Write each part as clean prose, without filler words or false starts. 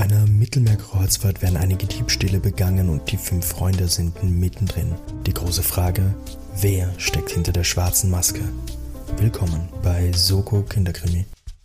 einer Mittelmeerkreuzfahrt werden einige Diebstähle begangen und die 5 Freunde sind mittendrin. Die große Frage, wer steckt hinter der schwarzen Maske? Willkommen bei Soko Kinderkrimi.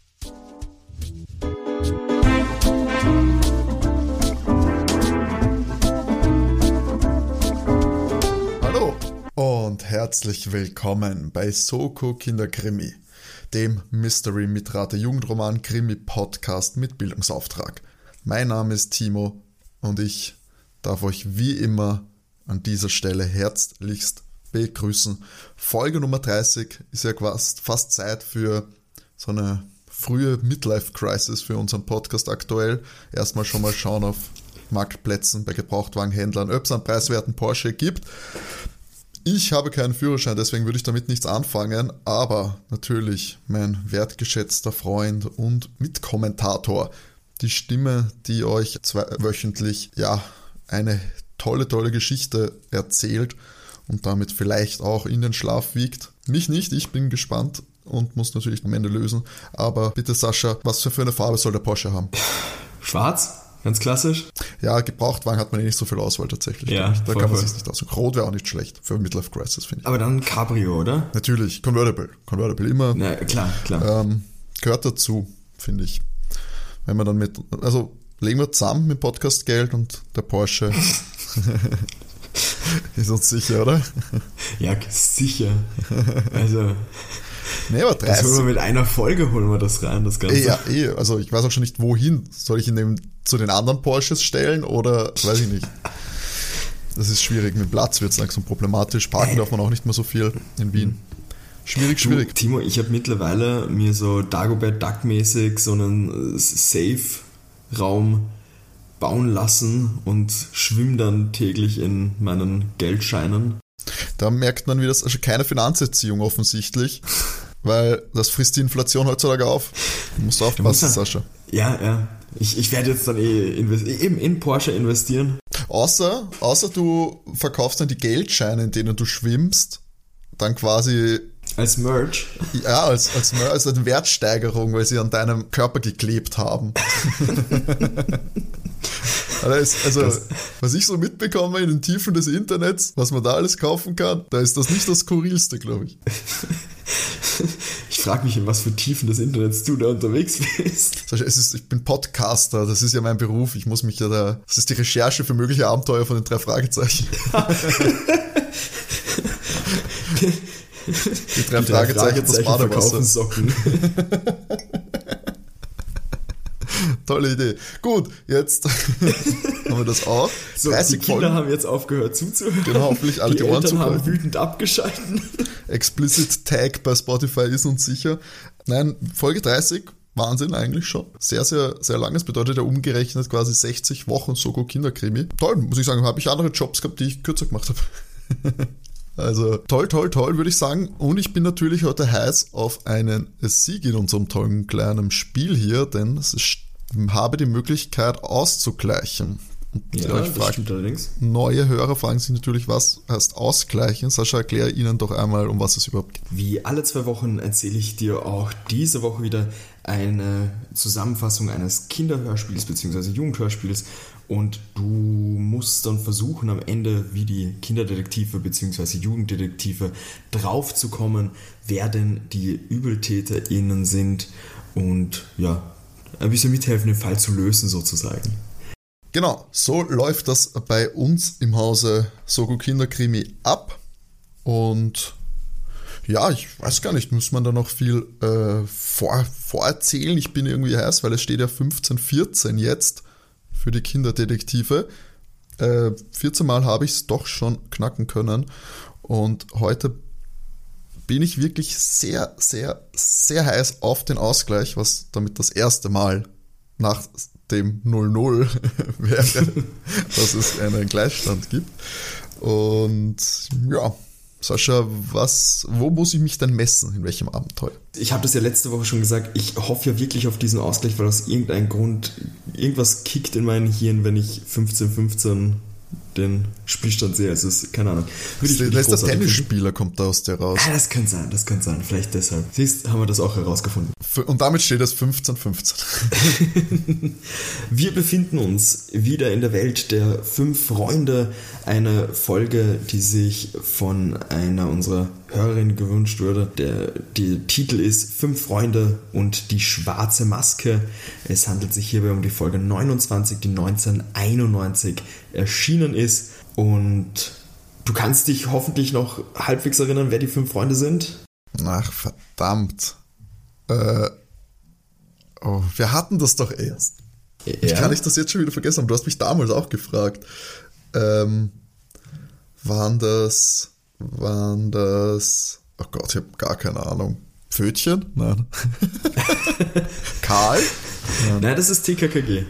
Hallo und herzlich willkommen bei Soko Kinderkrimi, dem Mystery-Mitrate-Jugendroman-Krimi-Podcast mit Bildungsauftrag. Mein Name ist Timo und ich darf euch wie immer an dieser Stelle herzlichst begrüßen. Folge Nummer 30 ist ja fast Zeit für so eine frühe Midlife-Crisis für unseren Podcast aktuell. Erstmal schon mal schauen auf Marktplätzen, bei Gebrauchtwagenhändlern, ob es einen preiswerten Porsche gibt. Ich habe keinen Führerschein, deswegen würde ich damit nichts anfangen, aber natürlich mein wertgeschätzter Freund und Mitkommentator, die Stimme, die euch wöchentlich eine tolle Geschichte erzählt und damit vielleicht auch in den Schlaf wiegt. Mich nicht, ich bin gespannt und muss natürlich am Ende lösen, aber bitte Sascha, was für eine Farbe soll der Porsche haben? Schwarz? Ganz klassisch? Ja, Gebrauchtwagen hat man nicht so viel Auswahl tatsächlich. Ja, da kann man sich nicht aussuchen. Rot wäre auch nicht schlecht für Midlife Crisis, finde ich. Aber dann Cabrio, oder? Natürlich, Convertible immer. Ja, klar. Gehört dazu, finde ich. Wenn man dann legen wir zusammen mit Podcastgeld und der Porsche ist uns sicher, oder? Ja, sicher. Also... Nee, aber 30. Das holen wir mit einer Folge das rein, das Ganze. Ja, also ich weiß auch schon nicht, wohin. Soll ich ihn zu den anderen Porsches stellen oder weiß ich nicht. Das ist schwierig. Mit Platz wird es langsam problematisch. Parken darf man auch nicht mehr so viel in Wien. Schwierig. Du, Timo, ich habe mittlerweile mir so Dagobert Duck-mäßig so einen Safe-Raum bauen lassen und schwimme dann täglich in meinen Geldscheinen. Da merkt man wieder, also keine Finanzerziehung offensichtlich, weil das frisst die Inflation heutzutage auf. Du musst aufpassen, Sascha. Ja. Ich werde jetzt dann eben in Porsche investieren. Außer du verkaufst dann die Geldscheine, in denen du schwimmst, dann quasi... Als Merch? Ja, als eine Wertsteigerung, weil sie an deinem Körper geklebt haben. Was ich so mitbekomme in den Tiefen des Internets, was man da alles kaufen kann, da ist das nicht das Skurrilste, glaube ich. Ich frage mich, in was für Tiefen des Internets du da unterwegs bist. Ich bin Podcaster, das ist ja mein Beruf. Ich muss mich das ist die Recherche für mögliche Abenteuer von den 3 Fragezeichen. Die 3 Fragezeichen, das Badewasser. Socken. Tolle Idee. Gut, jetzt haben wir das auch. So, die Kinder haben jetzt aufgehört zuzuhören. Genau, hoffentlich alle die Ohren Eltern haben wütend abgeschalten. Explicit Tag bei Spotify ist uns sicher. Nein, Folge 30, Wahnsinn eigentlich schon. Sehr, sehr, sehr lang. Das bedeutet ja umgerechnet quasi 60 Wochen Soko Kinderkrimi. Toll, muss ich sagen, habe ich andere Jobs gehabt, die ich kürzer gemacht habe. Also toll, würde ich sagen. Und ich bin natürlich heute heiß auf einen Sieg in unserem tollen kleinen Spiel hier, denn ich habe die Möglichkeit auszugleichen. Und ja, das stimmt allerdings. Neue Hörer fragen sich natürlich, was heißt ausgleichen? Sascha, erkläre Ihnen doch einmal, um was es überhaupt geht. Wie alle 2 Wochen erzähle ich dir auch diese Woche wieder eine Zusammenfassung eines Kinderhörspiels bzw. Jugendhörspiels und du musst dann versuchen, am Ende wie die Kinderdetektive bzw. Jugenddetektive draufzukommen, wer denn die ÜbeltäterInnen sind und ja, ein bisschen mithelfen, den Fall zu lösen sozusagen. Genau, so läuft das bei uns im Hause Soko Kinderkrimi ab. Und ja, ich weiß gar nicht, muss man da noch viel vorerzählen? Ich bin irgendwie heiß, weil es steht ja 15-14 jetzt für die Kinderdetektive. 14 Mal habe ich es doch schon knacken können. Und heute bin ich wirklich sehr, sehr, sehr heiß auf den Ausgleich, was damit das erste Mal nach dem 0-0 wäre, dass es einen Gleichstand gibt. Und ja, Sascha, wo muss ich mich denn messen? In welchem Abenteuer? Ich habe das ja letzte Woche schon gesagt, ich hoffe ja wirklich auf diesen Ausgleich, weil aus irgendeinem Grund irgendwas kickt in meinem Hirn, wenn ich 15-15 den Spielstand sehe. Also keine Ahnung. Da ist der Tennisspieler, kommt da aus der raus. Ah, das könnte sein. Vielleicht deshalb. Siehst, haben wir das auch herausgefunden. Und damit steht es 15:15. Wir befinden uns wieder in der Welt der 5 Freunde. Eine Folge, die sich von einer unserer Hörerinnen gewünscht wurde. Der Titel ist 5 Freunde und die schwarze Maske. Es handelt sich hierbei um die Folge 29, die 1991 erschienen ist. Und du kannst dich hoffentlich noch halbwegs erinnern, wer die 5 Freunde sind? Ach, verdammt. Wir hatten das doch erst. Ja. Ich kann nicht das jetzt schon wieder vergessen haben. Du hast mich damals auch gefragt. Waren das... Oh Gott, ich habe gar keine Ahnung. Pfötchen? Nein. Karl? Nein, das ist TKKG.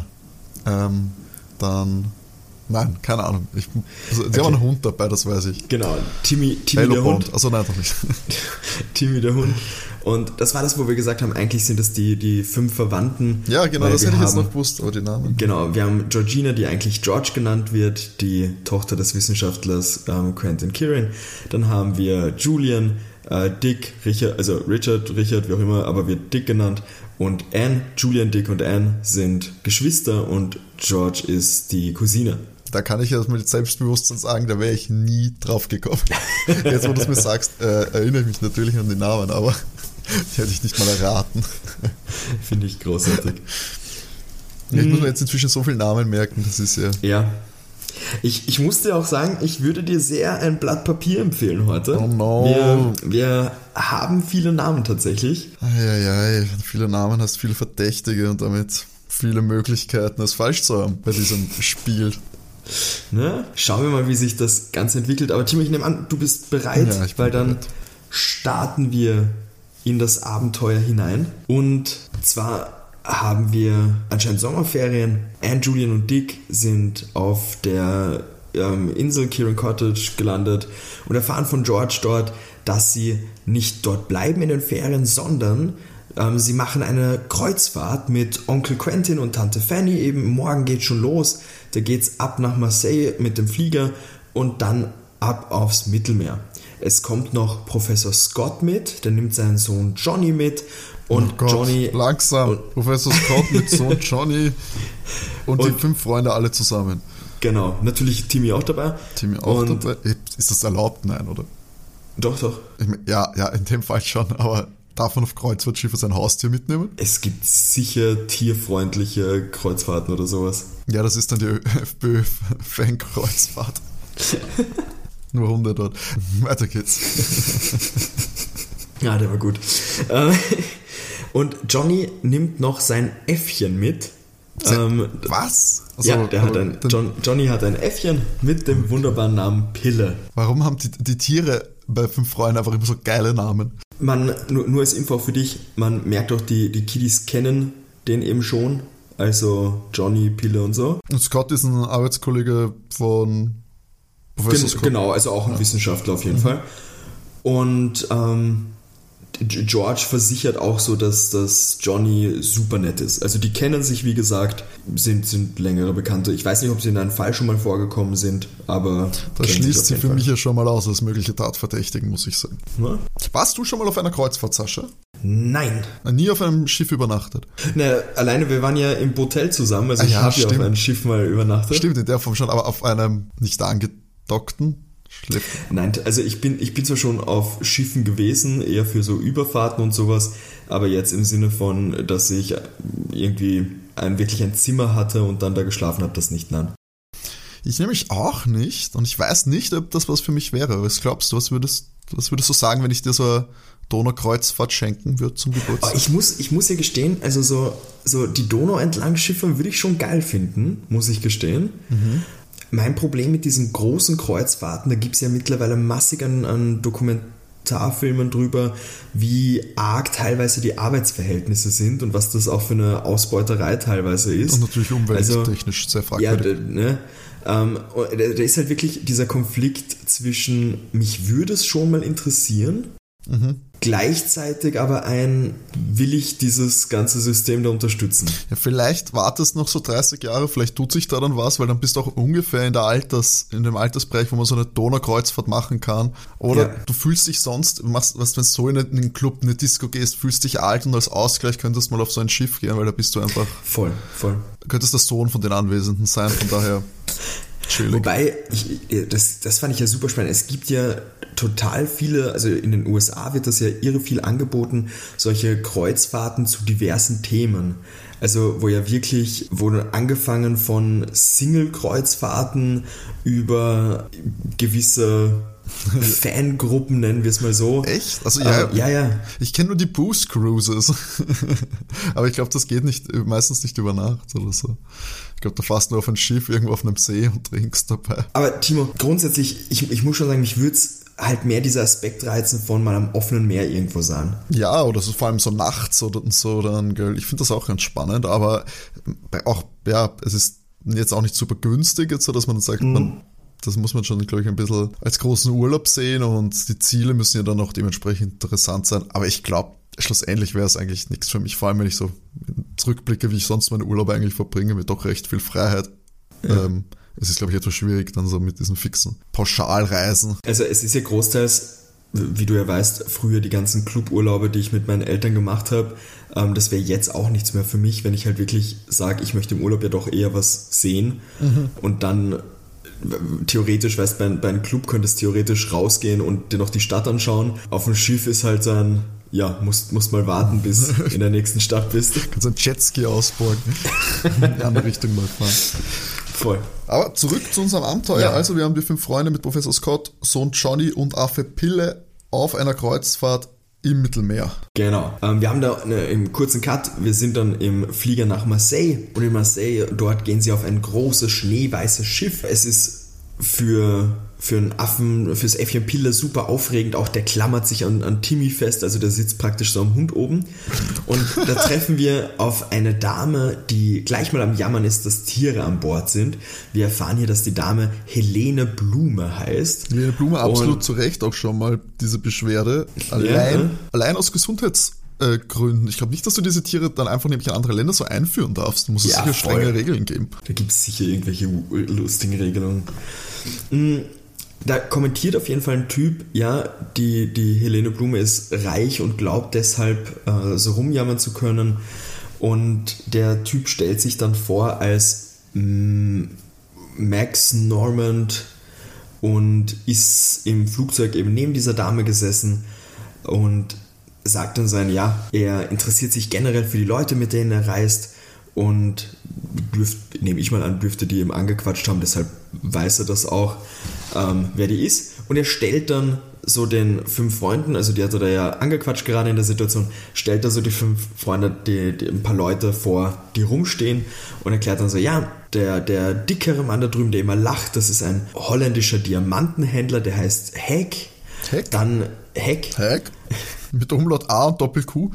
Dann... Nein, keine Ahnung. Sie haben einen Hund dabei, das weiß ich. Genau, Timmy Hello der Bond. Hund. Achso, nein, doch nicht. Timmy der Hund. Und das war das, wo wir gesagt haben, eigentlich sind das die 5 Verwandten. Ja, genau, das hätte ich jetzt noch gewusst, aber die Namen. Genau, wir haben Georgina, die eigentlich George genannt wird, die Tochter des Wissenschaftlers Quentin Kirin. Dann haben wir Julian, Dick, Richard, wie auch immer, aber wird Dick genannt. Und Anne, Julian, Dick und Anne sind Geschwister und George ist die Cousine. Da kann ich jetzt mit Selbstbewusstsein sagen, da wäre ich nie drauf gekommen. Jetzt, wo du es mir sagst, erinnere ich mich natürlich an die Namen, aber die hätte ich nicht mal erraten. Finde ich großartig. Ich muss mir jetzt inzwischen so viele Namen merken, das ist ja... Ja. Ich muss dir auch sagen, ich würde dir sehr ein Blatt Papier empfehlen heute. Oh no. Wir haben viele Namen tatsächlich. Eieiei, viele Namen hast viele Verdächtige und damit viele Möglichkeiten, es falsch zu haben bei diesem Spiel. Ne? Schauen wir mal, wie sich das Ganze entwickelt. Aber Timo, ich nehme an, du bist bereit, ja, weil dann bereit. Starten wir in das Abenteuer hinein. Und zwar haben wir anscheinend Sommerferien. Anne, Julian und Dick sind auf der Insel Kirin Cottage gelandet und erfahren von George dort, dass sie nicht dort bleiben in den Ferien, sondern sie machen eine Kreuzfahrt mit Onkel Quentin und Tante Fanny. Eben morgen geht schon los. Da geht's ab nach Marseille mit dem Flieger und dann ab aufs Mittelmeer. Es kommt noch Professor Scott mit, der nimmt seinen Sohn Johnny mit. Und oh Gott, Johnny. Langsam. Professor Scott mit Sohn Johnny und die 5 Freunde alle zusammen. Genau, natürlich Timmy auch dabei. Timmy auch dabei. Ist das erlaubt? Nein, oder? Doch. Ja, in dem Fall schon, aber darf man auf Kreuzfahrtschiffe sein Haustier mitnehmen? Es gibt sicher tierfreundliche Kreuzfahrten oder sowas. Ja, das ist dann die FPÖ-Fan-Kreuzfahrt. Nur Hunde dort. Weiter geht's. Ja, der war gut. Und Johnny nimmt noch sein Äffchen mit. Was? Also, ja, Johnny hat ein Äffchen mit dem wunderbaren Namen Pille. Warum haben die Tiere bei 5 Freunden einfach immer so geile Namen? Nur als Info für dich, man merkt auch, die Kiddies kennen den eben schon. Also Johnny, Pille und so. Und Scott ist ein Arbeitskollege von Professor Scott. Genau, also auch ein Wissenschaftler auf jeden Fall. Und George versichert auch so, dass Johnny super nett ist. Also die kennen sich, wie gesagt, sind längere Bekannte. Ich weiß nicht, ob sie in einem Fall schon mal vorgekommen sind, aber... Das schließt sie für mich ja schon mal aus als mögliche Tatverdächtigen, muss ich sagen. Na? Warst du schon mal auf einer Kreuzfahrt, Sascha? Nein. Nie auf einem Schiff übernachtet? Na, alleine, wir waren ja im Hotel zusammen, also ich habe ja auf einem Schiff mal übernachtet. Stimmt, in der Form schon, aber auf einem nicht angedockten Schliff. Nein, also ich bin zwar schon auf Schiffen gewesen, eher für so Überfahrten und sowas, aber jetzt im Sinne von, dass ich irgendwie wirklich ein Zimmer hatte und dann da geschlafen habe, das nicht, nein. Ich nämlich auch nicht und ich weiß nicht, ob das was für mich wäre. Was glaubst du, was würdest du sagen, wenn ich dir so eine Donaukreuzfahrt schenken würde zum Geburtstag? Ich muss ja gestehen, also so die Donau entlang schiffern würde ich schon geil finden, muss ich gestehen. Mhm. Mein Problem mit diesen großen Kreuzfahrten, da gibt es ja mittlerweile massig an Dokumentarfilmen drüber, wie arg teilweise die Arbeitsverhältnisse sind und was das auch für eine Ausbeuterei teilweise ist. Und natürlich umwelttechnisch sehr fragwürdig. Ja, da ist halt wirklich dieser Konflikt zwischen, mich würde es schon mal interessieren, Gleichzeitig aber will ich dieses ganze System da unterstützen. Ja, vielleicht wartest noch so 30 Jahre, vielleicht tut sich da dann was, weil dann bist du auch ungefähr in dem Altersbereich, wo man so eine Donaukreuzfahrt machen kann. Oder du fühlst dich sonst, wenn du so in einen Club, in eine Disco gehst, fühlst dich alt und als Ausgleich könntest du mal auf so ein Schiff gehen, weil da bist du einfach... Voll. Könntest der Sohn von den Anwesenden sein, von daher... Chillig. Wobei, das fand ich ja super spannend. Es gibt ja total viele, also in den USA wird das ja irre viel angeboten, solche Kreuzfahrten zu diversen Themen. Also wo ja wirklich, wo angefangen von Single-Kreuzfahrten über gewisse Fangruppen, nennen wir es mal so. Echt? Also ja. Ich kenne nur die Booze Cruises. Aber ich glaube, das geht meistens nicht über Nacht oder so. Ich glaube, da fährst du auf ein Schiff irgendwo auf einem See und trinkst dabei. Aber Timo, grundsätzlich, ich muss schon sagen, mich würde es halt mehr dieser Aspekt reizen von mal am offenen Meer irgendwo sein. Ja, oder so, vor allem so nachts oder so dann, gell. Ich finde das auch ganz spannend, aber auch, ja, es ist jetzt auch nicht super günstig, jetzt so, dass man sagt, das muss man schon, glaube ich, ein bisschen als großen Urlaub sehen und die Ziele müssen ja dann auch dementsprechend interessant sein. Aber ich glaube, schlussendlich wäre es eigentlich nichts für mich, vor allem wenn ich so zurückblicke, wie ich sonst meine Urlaube eigentlich verbringe, mit doch recht viel Freiheit. Ja. Es ist, glaube ich, etwas schwierig dann so mit diesen fixen Pauschalreisen. Also es ist ja großteils, wie du ja weißt, früher die ganzen Cluburlaube, die ich mit meinen Eltern gemacht habe, das wäre jetzt auch nichts mehr für mich, wenn ich halt wirklich sage, ich möchte im Urlaub ja doch eher was sehen und dann theoretisch, weißt du, bei einem Club könntest du theoretisch rausgehen und dir noch die Stadt anschauen. Auf dem Schiff ist halt so ein, ja, musst mal warten, bis in der nächsten Stadt bist. Kannst einen Jetski ausborgen. In eine andere Richtung mal fahren. Voll. Aber zurück zu unserem Abenteuer. Ja. Also wir haben die 5 Freunde mit Professor Scott, Sohn Johnny und Affe Pille auf einer Kreuzfahrt im Mittelmeer. Genau. Wir haben da im kurzen Cut, wir sind dann im Flieger nach Marseille und in Marseille, dort gehen sie auf ein großes schneeweißes Schiff. Es ist für einen Affen, fürs Äffchen Pille super aufregend, auch der klammert sich an Timmy fest, also der sitzt praktisch so am Hund oben und da treffen wir auf eine Dame, die gleich mal am Jammern ist, dass Tiere an Bord sind. Wir erfahren hier, dass die Dame Helene Blume heißt. Helene Blume, absolut zu Recht auch schon mal diese Beschwerde, allein aus Gesundheitsgründen. Ich glaube nicht, dass du diese Tiere dann einfach nämlich in andere Länder so einführen darfst. Da muss es sicher strenge Regeln geben. Da gibt es sicher irgendwelche lustigen Regelungen. Da kommentiert auf jeden Fall ein Typ, ja, die Helene Blume ist reich und glaubt deshalb so rumjammern zu können. Und der Typ stellt sich dann vor als Max Normand und ist im Flugzeug eben neben dieser Dame gesessen und sagt dann er interessiert sich generell für die Leute, mit denen er reist und dürfte die eben angequatscht haben, deshalb weiß er das auch, wer die ist. Und er stellt dann so den 5 Freunden, also die hat er da ja angequatscht gerade in der Situation, stellt da so die 5 Freunde, die ein paar Leute vor, die rumstehen und erklärt dann so, ja, der dickere Mann da drüben, der immer lacht, das ist ein holländischer Diamantenhändler, der heißt Heck. Dann Heck. Mit Umlaut A und Doppel-Q.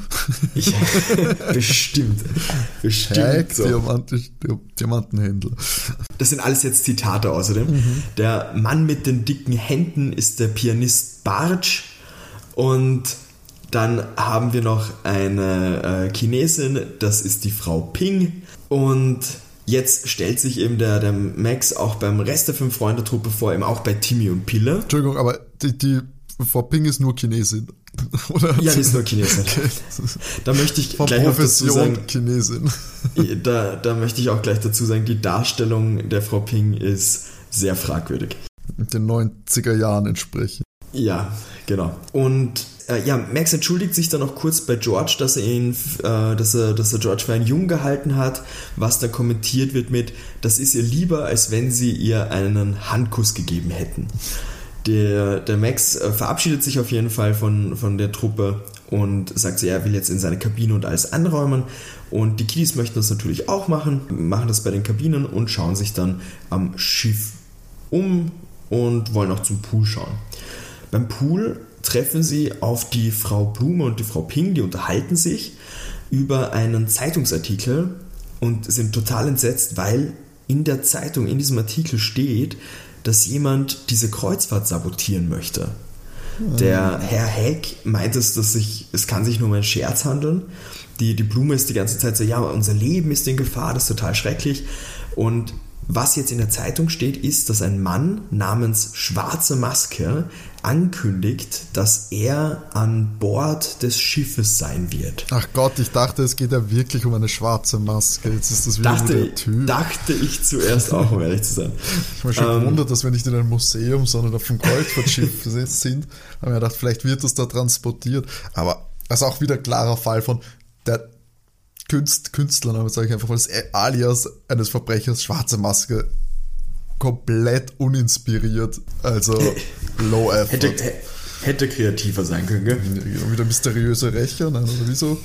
Bestimmt. Heck, so. Diamantenhändler. Das sind alles jetzt Zitate außerdem. Der Mann mit den dicken Händen ist der Pianist Bartsch. Und dann haben wir noch eine Chinesin, das ist die Frau Ping. Und jetzt stellt sich eben der Max auch beim Rest der 5-Freunde-Truppe vor, eben auch bei Timmy und Pille. Entschuldigung, aber die Frau Ping ist nur Chinesin. Oder? Ja, die ist nur Chinesin. Okay. Da möchte ich gleich auch dazu sagen, Chinesin. Da möchte ich auch gleich dazu sagen, die Darstellung der Frau Ping ist sehr fragwürdig. Den 90er Jahren entsprechend. Ja, genau. Und Max entschuldigt sich dann noch kurz bei George, dass er George für einen Jungen gehalten hat, was dann kommentiert wird mit, das ist ihr lieber, als wenn sie ihr einen Handkuss gegeben hätten. Der Max verabschiedet sich auf jeden Fall von der Truppe und sagt so, er will jetzt in seine Kabine und alles anräumen. Und die Kiddies möchten das natürlich auch machen das bei den Kabinen und schauen sich dann am Schiff um und wollen auch zum Pool schauen. Beim Pool treffen sie auf die Frau Blume und die Frau Ping, die unterhalten sich über einen Zeitungsartikel und sind total entsetzt, weil in der Zeitung, in diesem Artikel steht, dass jemand diese Kreuzfahrt sabotieren möchte. Der Herr Heck meint es kann sich nur um einen Scherz handeln. Die Blume ist die ganze Zeit so, ja, unser Leben ist in Gefahr, das ist total schrecklich. Und was jetzt in der Zeitung steht, ist, dass ein Mann namens Schwarze Maske ankündigt, dass er an Bord des Schiffes sein wird. Ach Gott, ich dachte, es geht ja wirklich um eine schwarze Maske. Jetzt ist das wieder der Typ. Dachte ich zuerst auch, um ehrlich zu sein. Ich habe mich schon gewundert, dass wir nicht in einem Museum, sondern auf dem Kreuzfahrtschiff sind. Aber ich gedacht, vielleicht wird das da transportiert. Aber das ist auch wieder ein klarer Fall von der Künstlername, sage ich einfach, weil das Alias eines Verbrechers, Schwarze Maske, komplett uninspiriert, also low effort. Hätte kreativer sein können, gell? Wieder mysteriöse Rächer, nein, oder wieso?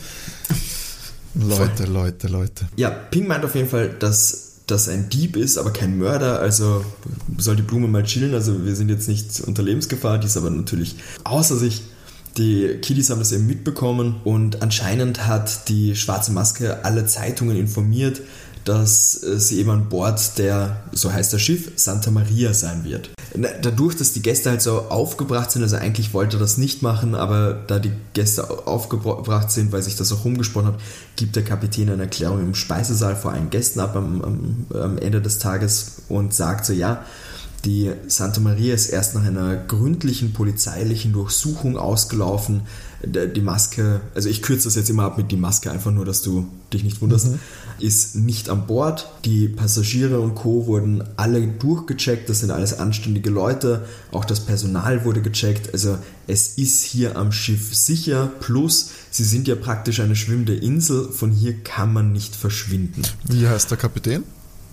Leute. Ja, Ping meint auf jeden Fall, dass das ein Dieb ist, aber kein Mörder, also soll die Blume mal chillen, also wir sind jetzt nicht unter Lebensgefahr, die ist aber natürlich außer sich. Die Kiddies haben das eben mitbekommen und anscheinend hat die Schwarze Maske alle Zeitungen informiert, dass sie eben an Bord der, so heißt das Schiff, Santa Maria sein wird. Dadurch, dass die Gäste halt so aufgebracht sind, also eigentlich wollte er das nicht machen, aber da die Gäste aufgebracht sind, weil sich das auch rumgesprochen hat, gibt der Kapitän eine Erklärung im Speisesaal vor allen Gästen ab am Ende des Tages und sagt so, ja, die Santa Maria ist erst nach einer gründlichen polizeilichen Durchsuchung ausgelaufen. Die Maske, also ich kürze das jetzt immer ab mit die Maske, einfach nur, dass du dich nicht wunderst, ist nicht an Bord. Die Passagiere und Co. wurden alle durchgecheckt, das sind alles anständige Leute. Auch das Personal wurde gecheckt. Also es ist hier am Schiff sicher. Plus, sie sind ja praktisch eine schwimmende Insel. Von hier kann man nicht verschwinden. Wie heißt der Kapitän?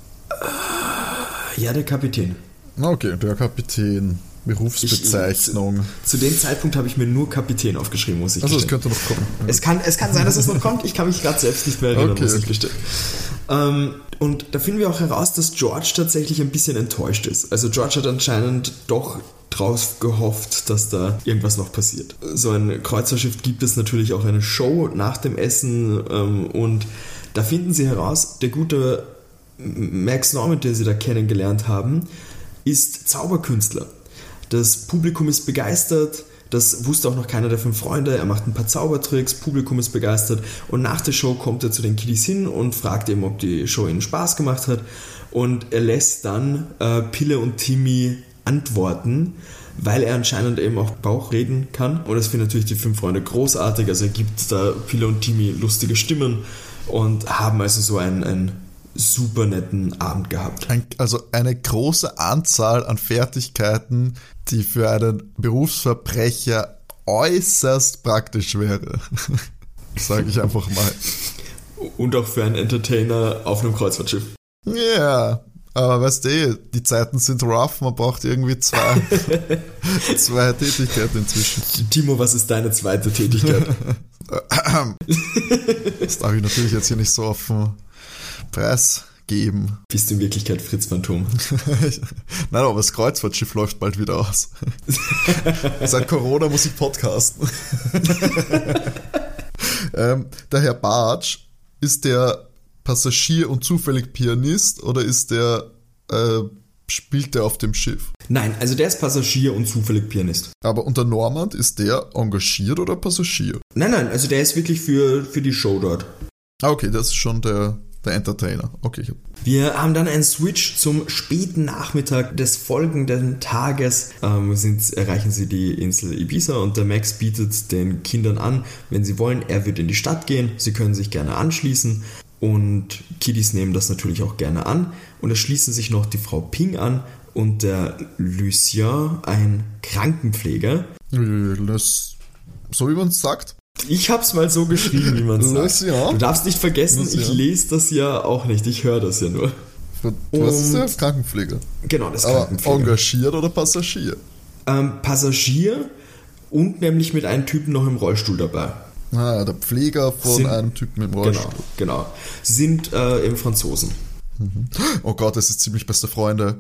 Ja, der Kapitän. Okay, der Kapitän. Berufsbezeichnung. Zu dem Zeitpunkt habe ich mir nur Kapitän aufgeschrieben, muss ich gestehen. Also es könnte noch kommen. Es kann sein, dass es noch kommt. Ich kann mich gerade selbst nicht mehr erinnern, muss ich gestehen. Und da finden wir auch heraus, dass George tatsächlich ein bisschen enttäuscht ist. Also George hat anscheinend doch drauf gehofft, dass da irgendwas noch passiert. So ein Kreuzerschiff gibt es natürlich auch eine Show nach dem Essen und da finden sie heraus, der gute Max Norman, den sie da kennengelernt haben, ist Zauberkünstler. Das Publikum ist begeistert, das wusste auch noch keiner der 5 Freunde, er macht ein paar Zaubertricks, Publikum ist begeistert und nach der Show kommt er zu den Kiddies hin und fragt eben, ob die Show ihnen Spaß gemacht hat und er lässt dann Pille und Timmy antworten, weil er anscheinend eben auch Bauch reden kann und das finden natürlich die 5 Freunde großartig, also er gibt da Pille und Timmy lustige Stimmen und haben also so ein super netten Abend gehabt. Also eine große Anzahl an Fertigkeiten, die für einen Berufsverbrecher äußerst praktisch wäre. Sage ich einfach mal. Und auch für einen Entertainer auf einem Kreuzfahrtschiff. Ja, aber weißt du, die Zeiten sind rough, man braucht irgendwie zwei Tätigkeiten inzwischen. Timo, was ist deine zweite Tätigkeit? Das darf ich natürlich jetzt hier nicht so auf Preis geben. Bist du in Wirklichkeit Fritz Phantom? Nein, aber das Kreuzfahrtschiff läuft bald wieder aus. Seit Corona muss ich podcasten. Der Herr Bartsch, ist der Passagier und zufällig Pianist oder spielt der auf dem Schiff? Nein, also der ist Passagier und zufällig Pianist. Aber unter Normand, ist der engagiert oder Passagier? Nein, also der ist wirklich für die Show dort. Okay, das ist schon der Entertainer. Okay. Wir haben dann einen Switch zum späten Nachmittag des folgenden Tages. Erreichen sie die Insel Ibiza und der Max bietet den Kindern an, wenn sie wollen, er wird in die Stadt gehen, sie können sich gerne anschließen und Kiddies nehmen das natürlich auch gerne an und es schließen sich noch die Frau Ping an und der Lucien, ein Krankenpfleger. So wie man es sagt. Ich hab's mal so geschrieben, wie man es sagt. Ja. Du darfst nicht vergessen, ich lese das ja auch nicht, ich höre das ja nur. Was ist der Krankenpfleger? Genau, das Krankenpfleger. Aber engagiert oder Passagier? Passagier und nämlich mit einem Typen noch im Rollstuhl dabei. Ah, der Pfleger von einem Typen im Rollstuhl. Genau. Sie sind eben Franzosen. Oh Gott, das ist ziemlich beste Freunde.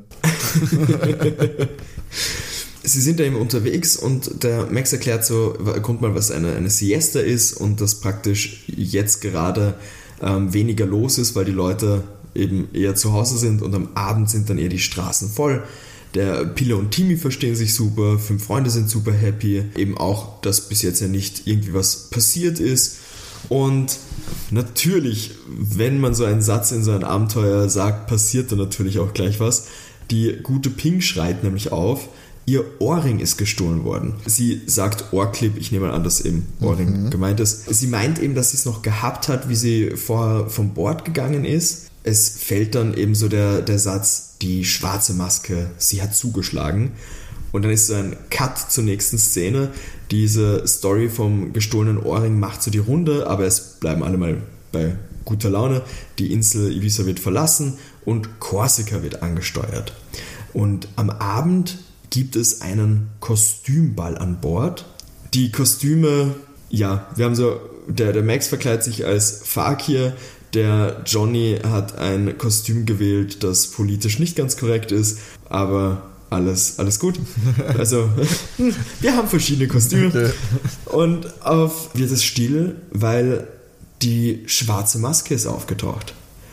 Sie sind da eben unterwegs und der Max erklärt so, guck mal, was eine Siesta ist und dass praktisch jetzt gerade weniger los ist, weil die Leute eben eher zu Hause sind und am Abend sind dann eher die Straßen voll. Der Pille und Timmy verstehen sich super, 5 Freunde sind super happy. Eben auch, dass bis jetzt ja nicht irgendwie was passiert ist. Und natürlich, wenn man so einen Satz in so ein Abenteuer sagt, passiert da natürlich auch gleich was. Die gute Ping schreit nämlich auf, ihr Ohrring ist gestohlen worden. Sie sagt Ohrclip, ich nehme an, dass eben Ohrring gemeint ist. Sie meint eben, dass sie es noch gehabt hat, wie sie vorher vom Bord gegangen ist. Es fällt dann eben so der Satz, die schwarze Maske, sie hat zugeschlagen. Und dann ist so ein Cut zur nächsten Szene. Diese Story vom gestohlenen Ohrring macht so die Runde, aber es bleiben alle mal bei guter Laune. Die Insel Ibiza wird verlassen und Korsika wird angesteuert. Und am Abend gibt es einen Kostümball an Bord. Die Kostüme, ja, wir haben so, der Max verkleidet sich als Fakir, der Johnny hat ein Kostüm gewählt, das politisch nicht ganz korrekt ist, aber alles gut. Also, wir haben verschiedene Kostüme. Okay. Und wird es still, weil die schwarze Maske ist aufgetaucht.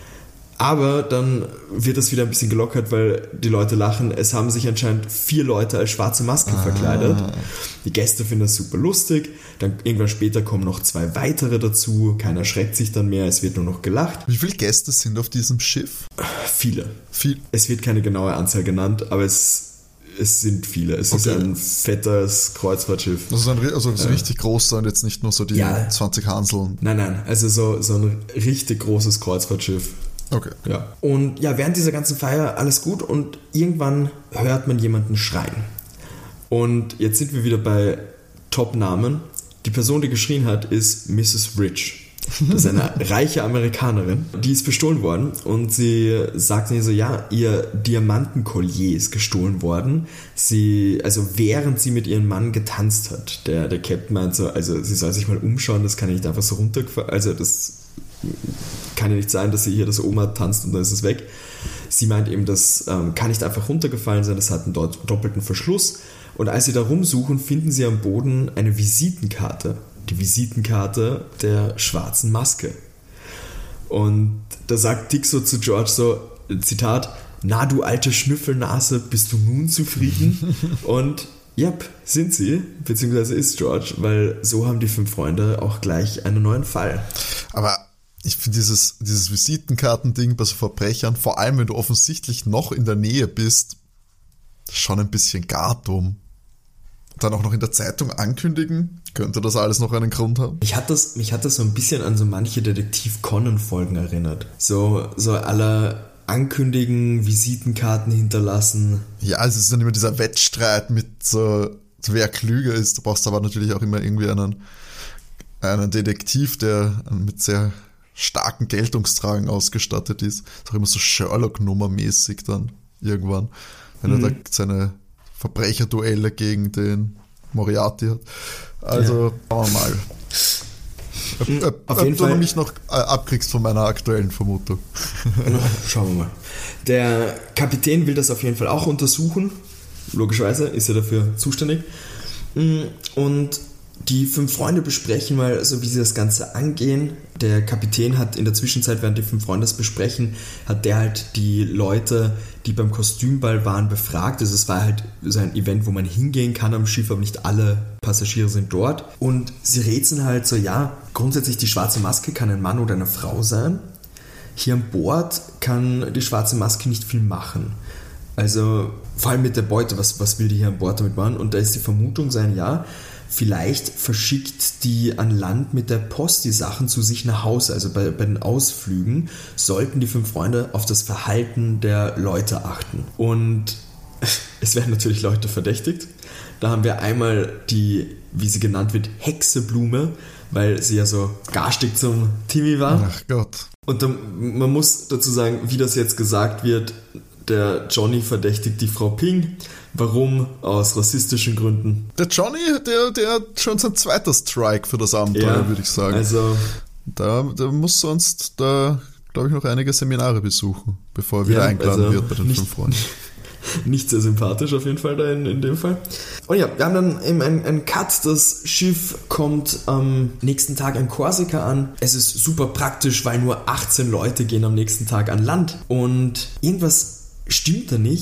Aber dann wird das wieder ein bisschen gelockert, weil die Leute lachen. Es haben sich anscheinend 4 Leute als schwarze Masken verkleidet. Die Gäste finden das super lustig. Dann irgendwann später kommen noch 2 weitere dazu. Keiner schreckt sich dann mehr, es wird nur noch gelacht. Wie viele Gäste sind auf diesem Schiff? Viele. Es wird keine genaue Anzahl genannt, aber es sind viele. Es ist ein fettes Kreuzfahrtschiff. Also so richtig groß sein, jetzt nicht nur so die 20 Hanseln. Nein, also so ein richtig großes Kreuzfahrtschiff. Okay. Ja. Und ja, während dieser ganzen Feier alles gut und irgendwann hört man jemanden schreien. Und jetzt sind wir wieder bei Top-Namen. Die Person, die geschrien hat, ist Mrs. Rich. Das ist eine reiche Amerikanerin. Die ist bestohlen worden und sie sagt mir so, ja, ihr Diamantenkollier ist gestohlen worden. Während sie mit ihrem Mann getanzt hat. Der Captain meint so, also sie soll sich mal umschauen, das kann ja nicht einfach so runtergefallen, also das kann ja nicht sein, dass sie hier das Oma tanzt und dann ist es weg. Sie meint eben, das kann nicht einfach runtergefallen sein, das hat einen doppelten Verschluss. Und als sie da rumsuchen, finden sie am Boden eine Visitenkarte. Die Visitenkarte der schwarzen Maske. Und da sagt Dick so zu George so, Zitat, na du alte Schnüffelnase, bist du nun zufrieden? Und yep, sind sie, beziehungsweise ist George, weil so haben die 5 Freunde auch gleich einen neuen Fall. Aber ich finde dieses Visitenkartending bei so Verbrechern, vor allem wenn du offensichtlich noch in der Nähe bist, schon ein bisschen gar dumm. Dann auch noch in der Zeitung ankündigen, könnte das alles noch einen Grund haben? Mich hat das so ein bisschen an so manche Detektiv Conan-Folgen erinnert. So aller ankündigen, Visitenkarten hinterlassen. Ja, es ist dann immer dieser Wettstreit mit so, wer klüger ist. Du brauchst aber natürlich auch immer irgendwie einen Detektiv, der mit sehr starken Geltungstragen ausgestattet ist. Ist auch immer so Sherlock-Nummer-mäßig dann irgendwann, wenn er da seine Verbrecherduelle gegen den Moriarty hat. Also, schauen wir mal. Auf jeden Fall. Du mich noch abkriegst von meiner aktuellen Vermutung. Schauen wir mal. Der Kapitän will das auf jeden Fall auch untersuchen. Logischerweise ist er dafür zuständig. Und die 5 Freunde besprechen mal, so wie sie das Ganze angehen. Der Kapitän hat in der Zwischenzeit, während die 5 Freunde das besprechen, hat der halt die Leute, die beim Kostümball waren, befragt. Also es war halt so ein Event, wo man hingehen kann am Schiff, aber nicht alle Passagiere sind dort. Und sie rätseln halt so, ja, grundsätzlich die schwarze Maske kann ein Mann oder eine Frau sein. Hier an Bord kann die schwarze Maske nicht viel machen. Also vor allem mit der Beute, was will die hier an Bord damit machen? Und da ist die Vermutung sein, ja, vielleicht verschickt die an Land mit der Post die Sachen zu sich nach Hause. Also bei den Ausflügen sollten die 5 Freunde auf das Verhalten der Leute achten. Und es werden natürlich Leute verdächtigt. Da haben wir einmal die, wie sie genannt wird, Hexeblume, weil sie ja so garstig zum Timmy war. Ach Gott. Und man muss dazu sagen, wie das jetzt gesagt wird, der Johnny verdächtigt die Frau Ping. Warum? Aus rassistischen Gründen. Der Johnny, der hat schon sein zweiter Strike für das Abenteuer, würde ich sagen. Also da muss sonst, glaube ich, noch einige Seminare besuchen, bevor er wieder eingeladen wird bei den 5 Freunden. Nicht sehr sympathisch auf jeden Fall da in dem Fall. Und ja, wir haben dann eben einen Cut. Das Schiff kommt am nächsten Tag in Korsika an. Es ist super praktisch, weil nur 18 Leute gehen am nächsten Tag an Land. Und irgendwas stimmt da nicht,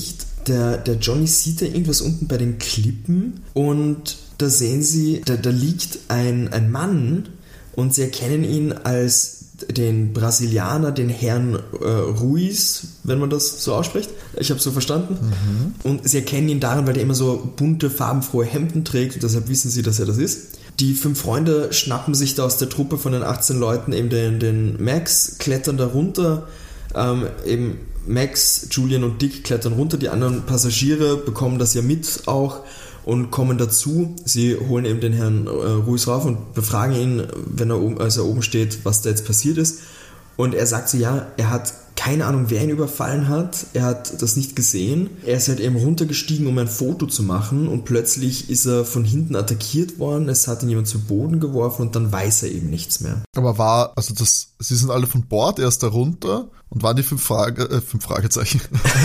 der Johnny sieht da irgendwas unten bei den Klippen und da sehen sie, da liegt ein Mann und sie erkennen ihn als den Brasilianer, den Herrn Ruiz, wenn man das so ausspricht. Ich habe es so verstanden. Und sie erkennen ihn daran, weil er immer so bunte, farbenfrohe Hemden trägt und deshalb wissen sie, dass er das ist. Die 5 Freunde schnappen sich da aus der Truppe von den 18 Leuten eben den Max, klettern da runter, eben Max, Julian und Dick klettern runter, die anderen Passagiere bekommen das ja mit auch und kommen dazu. Sie holen eben den Herrn Ruiz rauf und befragen ihn, als er oben steht, was da jetzt passiert ist. Und er sagt so, ja, er hat keine Ahnung, wer ihn überfallen hat. Er hat das nicht gesehen. Er ist halt eben runtergestiegen, um ein Foto zu machen und plötzlich ist er von hinten attackiert worden. Es hat ihn jemand zu Boden geworfen und dann weiß er eben nichts mehr. Aber sie sind alle von Bord erst da runter und waren die 5 Fragezeichen,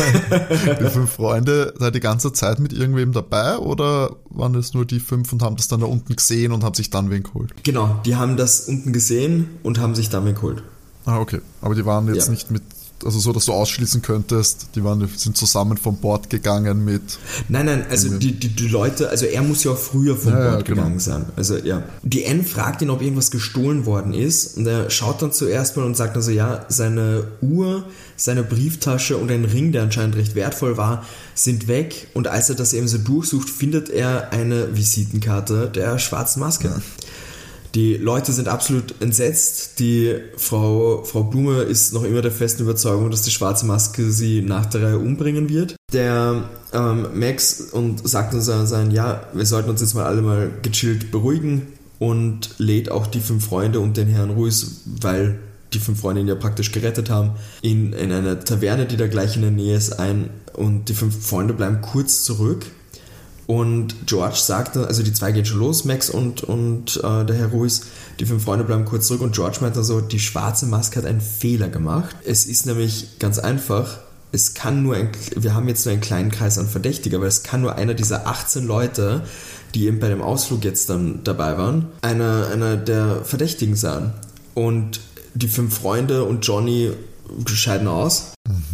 die 5 Freunde da die ganze Zeit mit irgendwem dabei oder waren es nur die 5 und haben das dann da unten gesehen und haben sich dann wen geholt? Genau, die haben das unten gesehen und haben sich dann wen geholt. Ah, okay. Aber die waren jetzt nicht mit, also so, dass du ausschließen könntest, sind zusammen vom Bord gegangen mit... Nein, also die Leute, also er muss ja auch früher vom Bord gegangen sein. Also ja. Die Anne fragt ihn, ob irgendwas gestohlen worden ist und er schaut dann zuerst mal und sagt dann so, ja, seine Uhr, seine Brieftasche und ein Ring, der anscheinend recht wertvoll war, sind weg und als er das eben so durchsucht, findet er eine Visitenkarte der Schwarzen Maske. Ja. Die Leute sind absolut entsetzt. Die Frau Blume ist noch immer der festen Überzeugung, dass die Schwarze Maske sie nach der Reihe umbringen wird. Der Max und sagt uns dann, ja, wir sollten uns jetzt mal alle mal gechillt beruhigen und lädt auch die 5 Freunde und den Herrn Ruiz, weil die 5 Freunde ihn ja praktisch gerettet haben, in eine Taverne, die da gleich in der Nähe ist, ein und die 5 Freunde bleiben kurz zurück. Und George sagt dann, also die 2 gehen schon los, Max und der Herr Ruiz, die 5 Freunde bleiben kurz zurück und George meint dann so, die Schwarze Maske hat einen Fehler gemacht. Es ist nämlich ganz einfach, wir haben jetzt nur einen kleinen Kreis an Verdächtiger, weil es kann nur einer dieser 18 Leute, die eben bei dem Ausflug jetzt dann dabei waren, einer der Verdächtigen sein. Und die 5 Freunde und Johnny scheiden aus.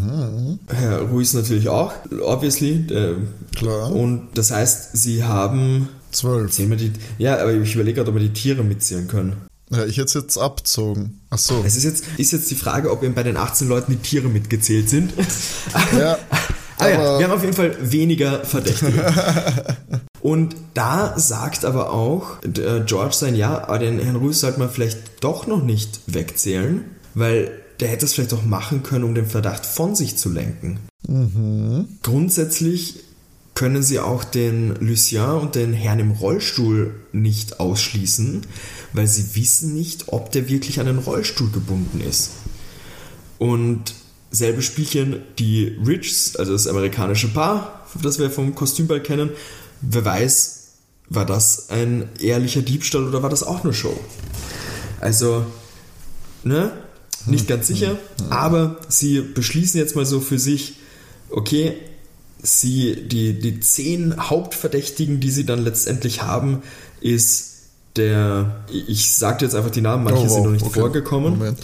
Herr Ruiz natürlich auch, obviously. Klar. Und das heißt, sie haben 12. Ja, aber ich überlege gerade, ob wir die Tiere mitzählen können. Ja, ich hätte es jetzt abzogen. Ach so. Es ist jetzt die Frage, ob eben bei den 18 Leuten die Tiere mitgezählt sind. Ja. Aber ja, wir haben auf jeden Fall weniger Verdächtige. Und da sagt aber auch George aber den Herrn Ruiz sollte man vielleicht doch noch nicht wegzählen, weil der hätte es vielleicht auch machen können, um den Verdacht von sich zu lenken. Grundsätzlich können sie auch den Lucien und den Herrn im Rollstuhl nicht ausschließen, weil sie wissen nicht, ob der wirklich an den Rollstuhl gebunden ist. Und selbe Spielchen, die Riches, also das amerikanische Paar, das wir vom Kostümball kennen, wer weiß, war das ein ehrlicher Diebstahl oder war das auch nur Show? Also, nicht ganz sicher, aber sie beschließen jetzt mal so für sich, okay, die 10 Hauptverdächtigen, die sie dann letztendlich haben, ist ich sage jetzt einfach die Namen, manche sind noch nicht vorgekommen. Moment.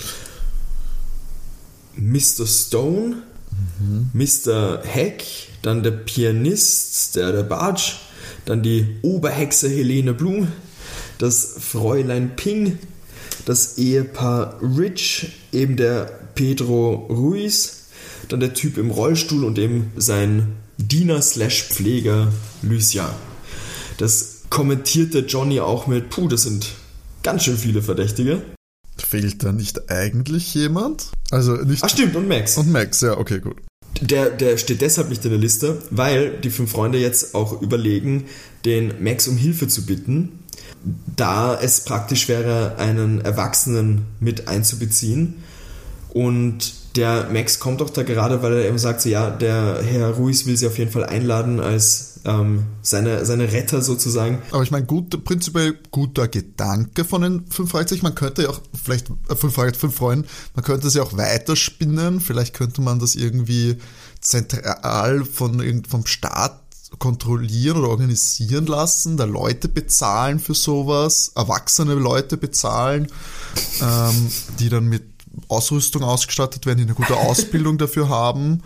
Mr. Stone, Mr. Heck, dann der Pianist, der Barge, dann die Oberhexe Helene Blum, das Fräulein Ping, das Ehepaar Rich, eben der Pedro Ruiz, dann der Typ im Rollstuhl und eben sein Diener/Pfleger Lucien. Das kommentiert der Johnny auch mit, das sind ganz schön viele Verdächtige. Fehlt da nicht eigentlich jemand? Also nicht. Ach stimmt, und Max. Und Max, ja, okay, gut. Der steht deshalb nicht in der Liste, weil die 5 Freunde jetzt auch überlegen, den Max um Hilfe zu bitten, da es praktisch wäre, einen Erwachsenen mit einzubeziehen. Und der Max kommt auch da gerade, weil er eben sagt, der Herr Ruiz will sie auf jeden Fall einladen als seine Retter sozusagen. Aber ich meine, prinzipiell guter Gedanke von den 5 Fragezeichen. Man könnte ja auch vielleicht 5 Freunde, man könnte es ja auch weiterspinnen. Vielleicht könnte man das irgendwie zentral vom Staat kontrollieren oder organisieren lassen, da Leute bezahlen für sowas, erwachsene Leute bezahlen, die dann mit Ausrüstung ausgestattet werden, die eine gute Ausbildung dafür haben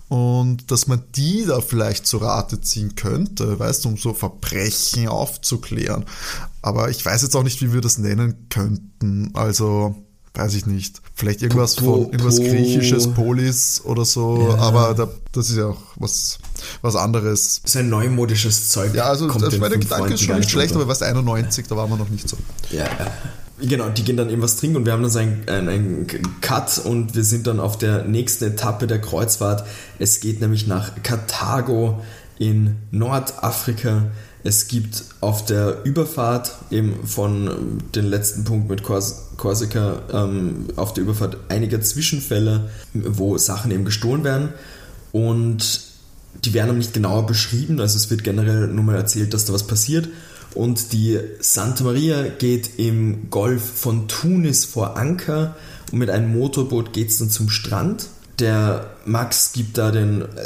und dass man die da vielleicht zu Rate ziehen könnte, weißt du, um so Verbrechen aufzuklären. Aber ich weiß jetzt auch nicht, wie wir das nennen könnten. Also, weiß ich nicht. Vielleicht irgendwas Griechisches, Polis oder so, ja. Aber das ist ja auch was anderes. Das ist ein neumodisches Zeug. Ja, also mein Gedanke ist schon nicht schlecht, aber was 91, da waren wir noch nicht so. Ja, genau, die gehen dann eben was trinken und wir haben dann so einen Cut und wir sind dann auf der nächsten Etappe der Kreuzfahrt. Es geht nämlich nach Karthago in Nordafrika. Es gibt auf der Überfahrt eben von dem letzten Punkt mit Korsika auf der Überfahrt einige Zwischenfälle, wo Sachen eben gestohlen werden und die werden aber nicht genauer beschrieben, also es wird generell nur mal erzählt, dass da was passiert und die Santa Maria geht im Golf von Tunis vor Anker und mit einem Motorboot geht es dann zum Strand. Der Max gibt da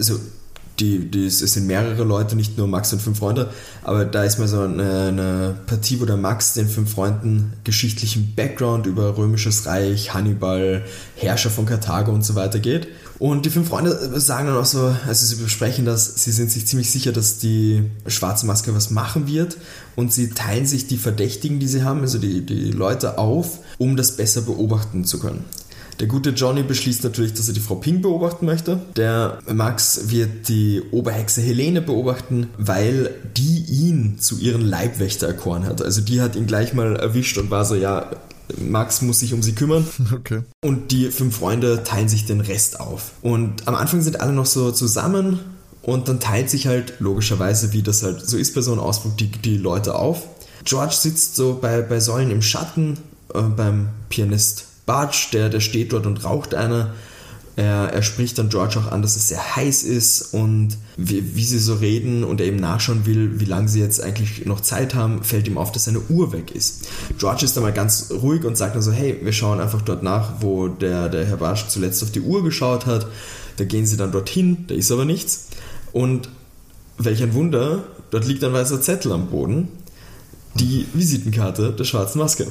es sind mehrere Leute, nicht nur Max und 5 Freunde, aber da ist mal so eine Partie, wo der Max den 5 Freunden geschichtlichen Background über Römisches Reich, Hannibal, Herrscher von Karthago und so weiter geht. Und die 5 Freunde sagen dann auch so, also sie besprechen das, sie sind sich ziemlich sicher, dass die schwarze Maske was machen wird und sie teilen sich die Verdächtigen, die sie haben, also die Leute auf, um das besser beobachten zu können. Der gute Johnny beschließt natürlich, dass er die Frau Ping beobachten möchte. Der Max wird die Oberhexe Helene beobachten, weil die ihn zu ihrem Leibwächter erkoren hat. Also die hat ihn gleich mal erwischt und war so, ja, Max muss sich um sie kümmern. Okay. Und die 5 Freunde teilen sich den Rest auf. Und am Anfang sind alle noch so zusammen und dann teilt sich halt logischerweise, wie das halt so ist bei so einem Ausflug, die Leute auf. George sitzt so bei Säulen im Schatten beim Pianist Bartsch, der steht dort und raucht eine. Er spricht dann George auch an, dass es sehr heiß ist und wie sie so reden und er eben nachschauen will, wie lange sie jetzt eigentlich noch Zeit haben, fällt ihm auf, dass seine Uhr weg ist. George ist dann mal ganz ruhig und sagt dann so, hey, wir schauen einfach dort nach, wo der Herr Bartsch zuletzt auf die Uhr geschaut hat. Da gehen sie dann dorthin, da ist aber nichts. Und welch ein Wunder, dort liegt ein weißer Zettel am Boden, die Visitenkarte der schwarzen Maske.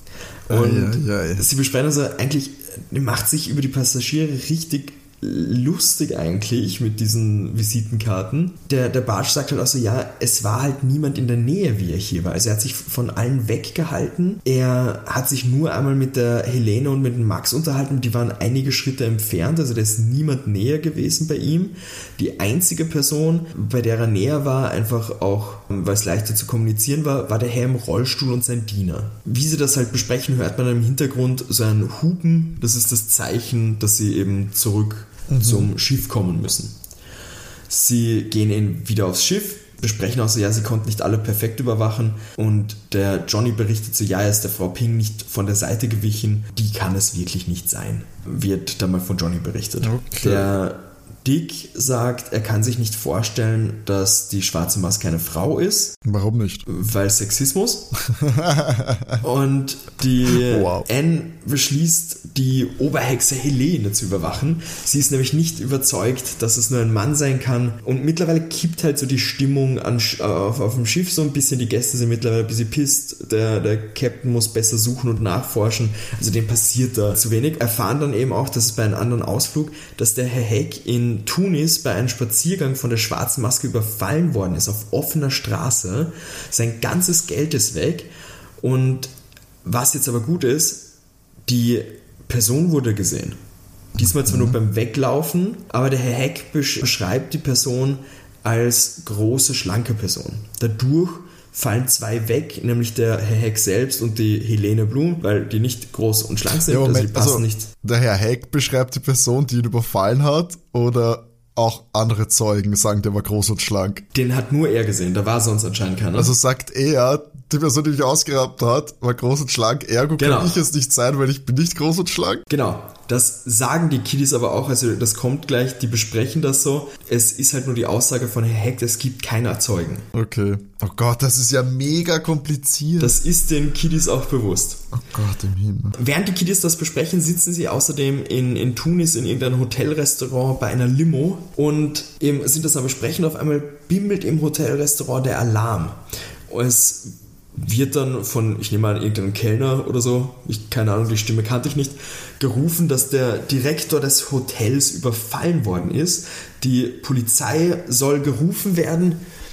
Und sie besprechen also eigentlich, macht sich über die Passagiere richtig lustig eigentlich mit diesen Visitenkarten. Der Bartsch sagt halt auch so, ja, es war halt niemand in der Nähe, wie er hier war. Also er hat sich von allen weggehalten. Er hat sich nur einmal mit der Helene und mit dem Max unterhalten. Die waren einige Schritte entfernt, also da ist niemand näher gewesen bei ihm. Die einzige Person, bei der er näher war, einfach auch, weil es leichter zu kommunizieren war der Herr im Rollstuhl und sein Diener. Wie sie das halt besprechen, hört man im Hintergrund so ein Hupen. Das ist das Zeichen, dass sie eben zurück zum Schiff kommen müssen. Sie gehen wieder aufs Schiff, besprechen auch so, ja, sie konnten nicht alle perfekt überwachen und der Johnny berichtet so, ja, er ist der Frau Ping nicht von der Seite gewichen, die kann es wirklich nicht sein, wird dann mal von Johnny berichtet. Okay. Der Dick sagt, er kann sich nicht vorstellen, dass die schwarze Maske eine Frau ist. Warum nicht? Weil Sexismus. Und die Anne beschließt, die Oberhexe Helene zu überwachen. Sie ist nämlich nicht überzeugt, dass es nur ein Mann sein kann. Und mittlerweile kippt halt so die Stimmung auf dem Schiff so ein bisschen. Die Gäste sind mittlerweile ein bisschen pisst. Der Captain muss besser suchen und nachforschen. Also dem passiert da zu wenig. Erfahren dann eben auch, dass es bei einem anderen Ausflug, dass der Herr Heck in Tunis bei einem Spaziergang von der schwarzen Maske überfallen worden ist, auf offener Straße. Sein ganzes Geld ist weg. Und was jetzt aber gut ist, die Person wurde gesehen. Diesmal zwar nur beim Weglaufen, aber der Herr Heck beschreibt die Person als große, schlanke Person. Dadurch fallen 2 weg, nämlich der Herr Heck selbst und die Helene Blum, weil die nicht groß und schlank sind, Moment, also die passen nicht. Der Herr Heck beschreibt die Person, die ihn überfallen hat, oder auch andere Zeugen sagen, der war groß und schlank? Den hat nur er gesehen, da war sonst anscheinend keiner. Also sagt er, die Person, die mich ausgeraubt hat, war groß und schlank, ergo kann ich es nicht sein, weil ich bin nicht groß und schlank? Genau, das sagen die Kiddies aber auch, also das kommt gleich, die besprechen das so. Es ist halt nur die Aussage von Herr Heck, es gibt keine Zeugen. Okay. Oh Gott, das ist ja mega kompliziert. Das ist den Kiddies auch bewusst. Oh Gott im Himmel. Während die Kiddies das besprechen, sitzen sie außerdem in Tunis in irgendeinem Hotelrestaurant bei einer Limo und eben sind das am Besprechen. Auf einmal bimmelt im Hotelrestaurant der Alarm. Es wird dann von, ich nehme an, irgendeinem Kellner oder so, keine Ahnung, die Stimme kannte ich nicht, gerufen, dass der Direktor des Hotels überfallen worden ist. Die Polizei soll gerufen werden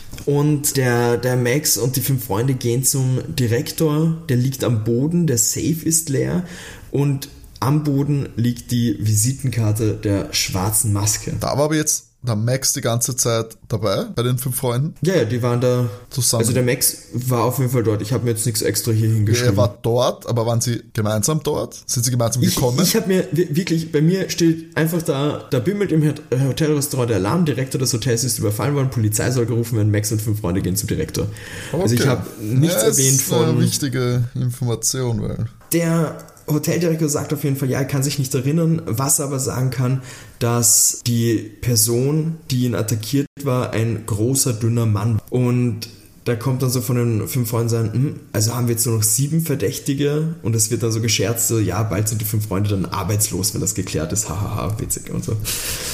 und der Max und die 5 Freunde gehen zum Direktor, der liegt am Boden, der Safe ist leer und am Boden liegt die Visitenkarte der schwarzen Maske. Da war aber jetzt der Max die ganze Zeit dabei, bei den 5 Freunden? Ja, die waren da zusammen. Also der Max war auf jeden Fall dort. Ich habe mir jetzt nichts extra hier hingeschrieben. Er war dort, aber waren sie gemeinsam dort? Sind sie gemeinsam gekommen? Ich habe mir wirklich, bei mir steht einfach da bimmelt im Hotelrestaurant der Alarm, Direktor des Hotels ist überfallen worden, Polizei soll gerufen werden, Max und 5 Freunde gehen zum Direktor. Okay. Also ich habe nichts erwähnt von... Das ist eine wichtige Information, weil... Der Hoteldirektor sagt auf jeden Fall, ja, er kann sich nicht erinnern, was er aber sagen kann, dass die Person, die ihn attackiert war, ein großer, dünner Mann. Und da kommt dann so von den 5 Freunden sagen, also haben wir jetzt nur noch 7 Verdächtige und es wird dann so gescherzt, so, ja, bald sind die 5 Freunde dann arbeitslos, wenn das geklärt ist, hahaha, witzig und so.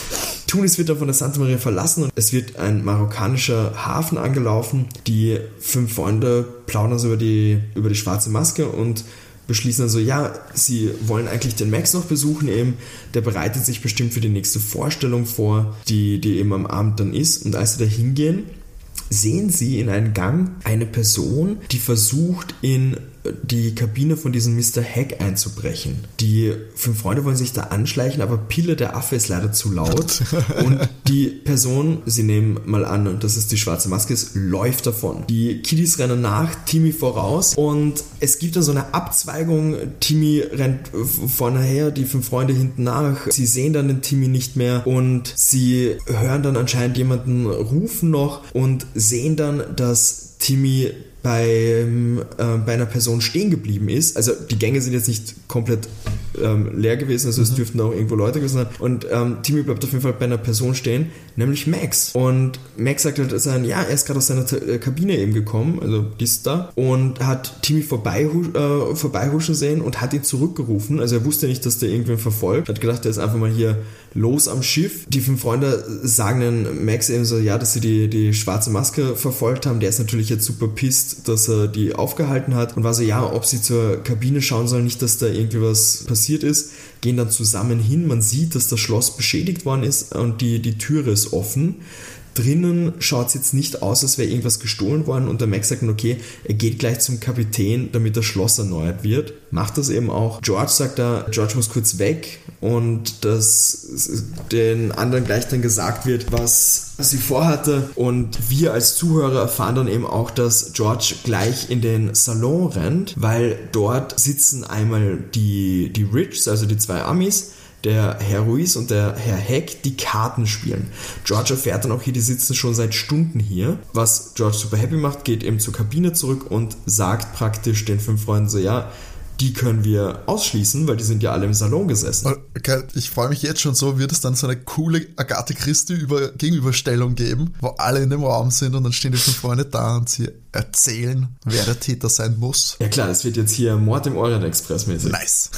Tunis wird dann von der Santa Maria verlassen und es wird ein marokkanischer Hafen angelaufen. Die 5 Freunde plaudern so über die schwarze Maske und beschließen dann so, ja, sie wollen eigentlich den Max noch besuchen eben, der bereitet sich bestimmt für die nächste Vorstellung vor, die eben am Abend dann ist. Und als sie da hingehen, sehen sie in einem Gang eine Person, die versucht, in die Kabine von diesem Mr. Hack einzubrechen. Die 5 Freunde wollen sich da anschleichen, aber Pille, der Affe, ist leider zu laut und die Person, sie nehmen mal an, dass es die schwarze Maske ist, läuft davon. Die Kiddies rennen nach, Timmy voraus und es gibt dann so eine Abzweigung, Timmy rennt vorne her, die 5 Freunde hinten nach, sie sehen dann den Timmy nicht mehr und sie hören dann anscheinend jemanden rufen noch und sehen dann, dass Timmy bei einer Person stehen geblieben ist. Also die Gänge sind jetzt nicht komplett leer gewesen, also es dürften auch irgendwo Leute gewesen sein. Und Timmy bleibt auf jeden Fall bei einer Person stehen, nämlich Max. Und Max sagt halt, ja, er ist gerade aus seiner Kabine eben gekommen, also die ist da, und hat Timmy vorbeihuschen sehen und hat ihn zurückgerufen. Also er wusste nicht, dass der irgendwen verfolgt. Hat gedacht, der ist einfach mal hier los am Schiff. Die 5 Freunde sagen dann Max eben so, ja, dass sie die schwarze Maske verfolgt haben. Der ist natürlich jetzt super pisst, dass er die aufgehalten hat und war so, ja, ob sie zur Kabine schauen sollen, nicht, dass da irgendwie was passiert ist. Gehen dann zusammen hin. Man sieht, dass das Schloss beschädigt worden ist und die Türe ist offen. Drinnen schaut es jetzt nicht aus, als wäre irgendwas gestohlen worden und der Max sagt dann, okay, er geht gleich zum Kapitän, damit das Schloss erneuert wird. Macht das eben auch. George sagt da, George muss kurz weg und dass den anderen gleich dann gesagt wird, was sie vorhatte und wir als Zuhörer erfahren dann eben auch, dass George gleich in den Salon rennt, weil dort sitzen einmal die Rich, also die 2 Amis, der Herr Ruiz und der Herr Heck, die Karten spielen. George erfährt dann auch hier, die sitzen schon seit Stunden hier. Was George super happy macht, geht eben zur Kabine zurück und sagt praktisch den 5 Freunden so, ja, die können wir ausschließen, weil die sind ja alle im Salon gesessen. Okay, ich freue mich jetzt schon so, wird es dann so eine coole Agatha Christie Gegenüberstellung geben, wo alle in dem Raum sind und dann stehen die 5 Freunde da und sie erzählen, wer der Täter sein muss. Ja klar, das wird jetzt hier Mord im Orient Express mäßig. Nice.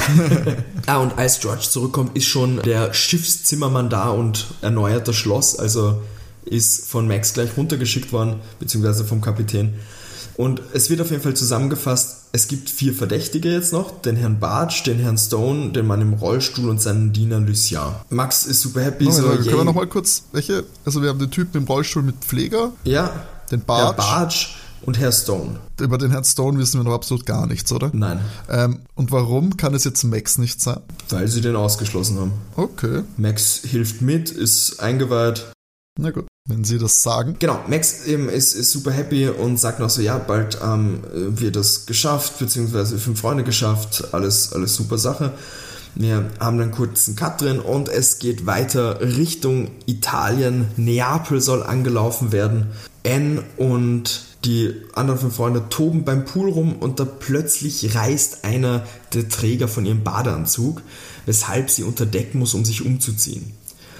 Und als George zurückkommt, ist schon der Schiffszimmermann da und erneuert das Schloss, also ist von Max gleich runtergeschickt worden, beziehungsweise vom Kapitän. Und es wird auf jeden Fall zusammengefasst, es gibt 4 Verdächtige jetzt noch, den Herrn Bartsch, den Herrn Stone, den Mann im Rollstuhl und seinen Diener Lucien. Max ist super happy. Können wir nochmal kurz, welche? Also wir haben den Typen im Rollstuhl mit Pfleger. Ja. Den Bartsch. Herr Bartsch und Herr Stone. Über den Herrn Stone wissen wir noch absolut gar nichts, oder? Nein. Und warum kann es jetzt Max nicht sein? Weil sie den ausgeschlossen haben. Okay. Max hilft mit, ist eingeweiht. Na gut, wenn Sie das sagen. Genau, Max eben ist super happy und sagt noch so, ja, bald wird das geschafft, beziehungsweise 5 Freunde geschafft, alles super Sache. Wir haben dann kurz einen Cut drin und es geht weiter Richtung Italien. Neapel soll angelaufen werden. Anne und die anderen 5 Freunde toben beim Pool rum und da plötzlich reißt einer der Träger von ihrem Badeanzug, weshalb sie unter Deck muss, um sich umzuziehen.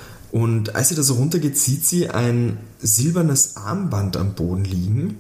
Und als sie da so runtergeht, sieht sie ein silbernes Armband am Boden liegen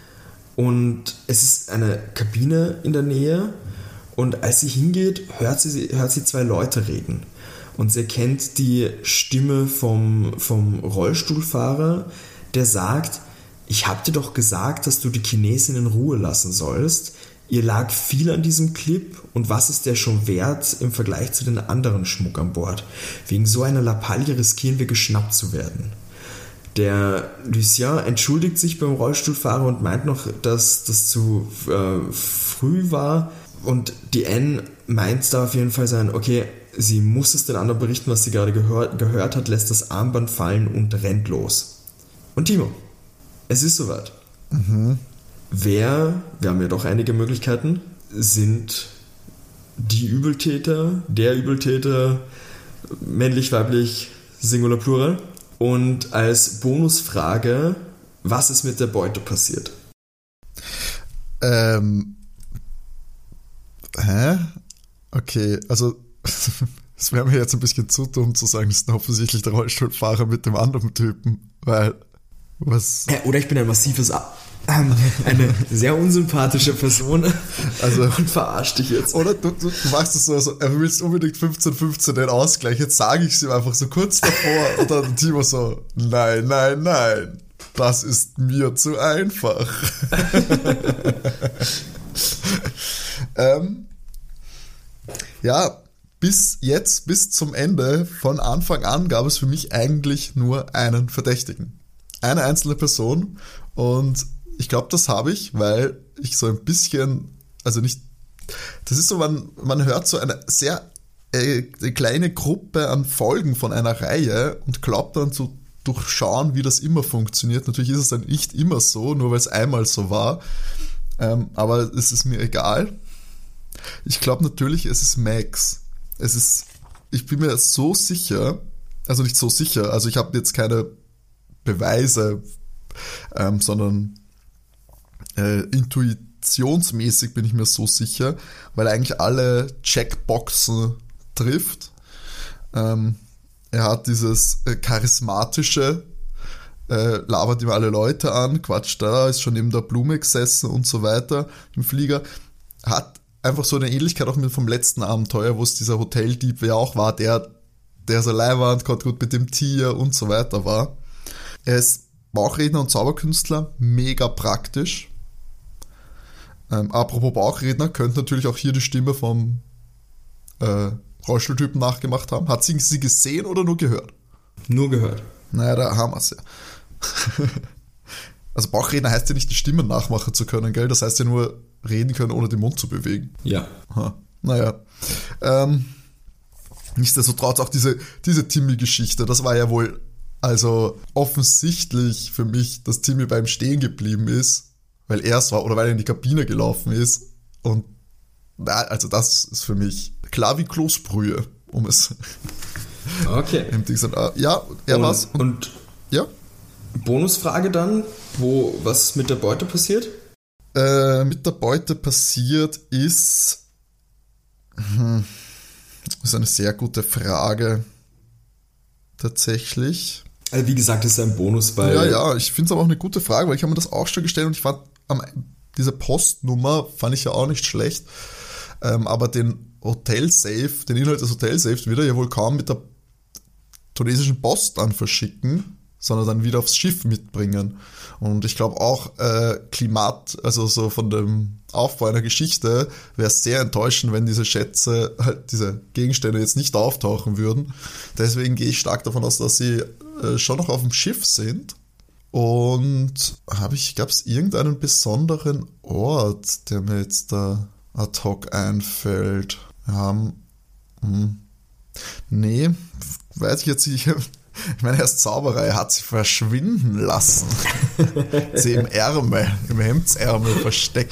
und es ist eine Kabine in der Nähe und als sie hingeht, hört sie 2 Leute reden und sie erkennt die Stimme vom Rollstuhlfahrer, der sagt, ich habe dir doch gesagt, dass du die Chinesin in Ruhe lassen sollst. Ihr lag viel an diesem Clip und was ist der schon wert im Vergleich zu den anderen Schmuck an Bord? Wegen so einer Lappalie riskieren wir geschnappt zu werden. Der Lucien entschuldigt sich beim Rollstuhlfahrer und meint noch, dass das zu früh war. Und die Anne meint da auf jeden Fall okay, sie muss es den anderen berichten, was sie gerade gehört hat, lässt das Armband fallen und rennt los. Und Timo, es ist soweit. Wir haben ja doch einige Möglichkeiten, sind die Übeltäter, der Übeltäter, männlich, weiblich, Singular, Plural. Und als Bonusfrage, was ist mit der Beute passiert? Okay, also es wäre mir jetzt ein bisschen zu dumm zu sagen, das ist offensichtlich der Rollstuhlfahrer mit dem anderen Typen, weil was... Oder ich bin ein massives... eine sehr unsympathische Person und verarscht dich jetzt. Oder du machst es so, also, er willst unbedingt 15-15 den Ausgleich, jetzt sage ich es ihm einfach so kurz davor und dann Timo so, nein, das ist mir zu einfach. Ja, bis zum Ende, von Anfang an gab es für mich eigentlich nur einen Verdächtigen. Eine einzelne Person und ich glaube, das habe ich, weil ich so ein bisschen, also nicht, das ist so, man hört so eine sehr kleine Gruppe an Folgen von einer Reihe und glaubt dann zu durchschauen, wie das immer funktioniert. Natürlich ist es dann nicht immer so, nur weil es einmal so war, aber es ist mir egal. Ich glaube natürlich, es ist Max. Ich bin mir so sicher, also nicht so sicher, also ich habe jetzt keine Beweise, sondern intuitionsmäßig bin ich mir so sicher, weil er eigentlich alle Checkboxen trifft. Er hat dieses charismatische, labert ihm alle Leute an, quatscht da, ist schon neben der Blume gesessen und so weiter im Flieger. Hat einfach so eine Ähnlichkeit auch mit vom letzten Abenteuer, wo es dieser Hoteldieb ja auch war, der so Leihwand, gut mit dem Tier und so weiter war. Er ist Bauchredner und Zauberkünstler, mega praktisch. Apropos Bauchredner, könnte natürlich auch hier die Stimme vom Rollstuhltypen nachgemacht haben. Hat sie gesehen oder nur gehört? Nur gehört. Naja, da haben wir es ja. Also Bauchredner heißt ja nicht, die Stimmen nachmachen zu können, gell? Das heißt ja nur reden können, ohne den Mund zu bewegen. Ja. Naja. Nichtsdestotrotz auch diese Timmy-Geschichte, das war ja wohl also offensichtlich für mich, dass Timmy beim Stehen geblieben ist, weil er es war oder weil er in die Kabine gelaufen ist. Und also das ist für mich klar wie Kloßbrühe, um es okay. Ja, er war's. Und ja. Bonusfrage dann, was mit der Beute passiert? Mit der Beute passiert ist eine sehr gute Frage. Tatsächlich. Also wie gesagt, das ist ein Bonus, weil... Ja, ich finde es aber auch eine gute Frage, weil ich habe mir das auch schon gestellt und ich fand, diese Postnummer fand ich ja auch nicht schlecht, aber den Inhalt des Hotelsafes wird er ja wohl kaum mit der tunesischen Post dann verschicken, sondern dann wieder aufs Schiff mitbringen. Und ich glaube auch also so von dem Aufbau einer Geschichte wäre es sehr enttäuschend, wenn diese Schätze, halt diese Gegenstände jetzt nicht auftauchen würden. Deswegen gehe ich stark davon aus, dass sie schon noch auf dem Schiff sind. Und gab es irgendeinen besonderen Ort, der mir jetzt da ad hoc einfällt? Nee, weiß ich jetzt nicht. Ich meine, er ist Zauberer, er hat sie verschwinden lassen. Sie im Hemdsärmel versteckt.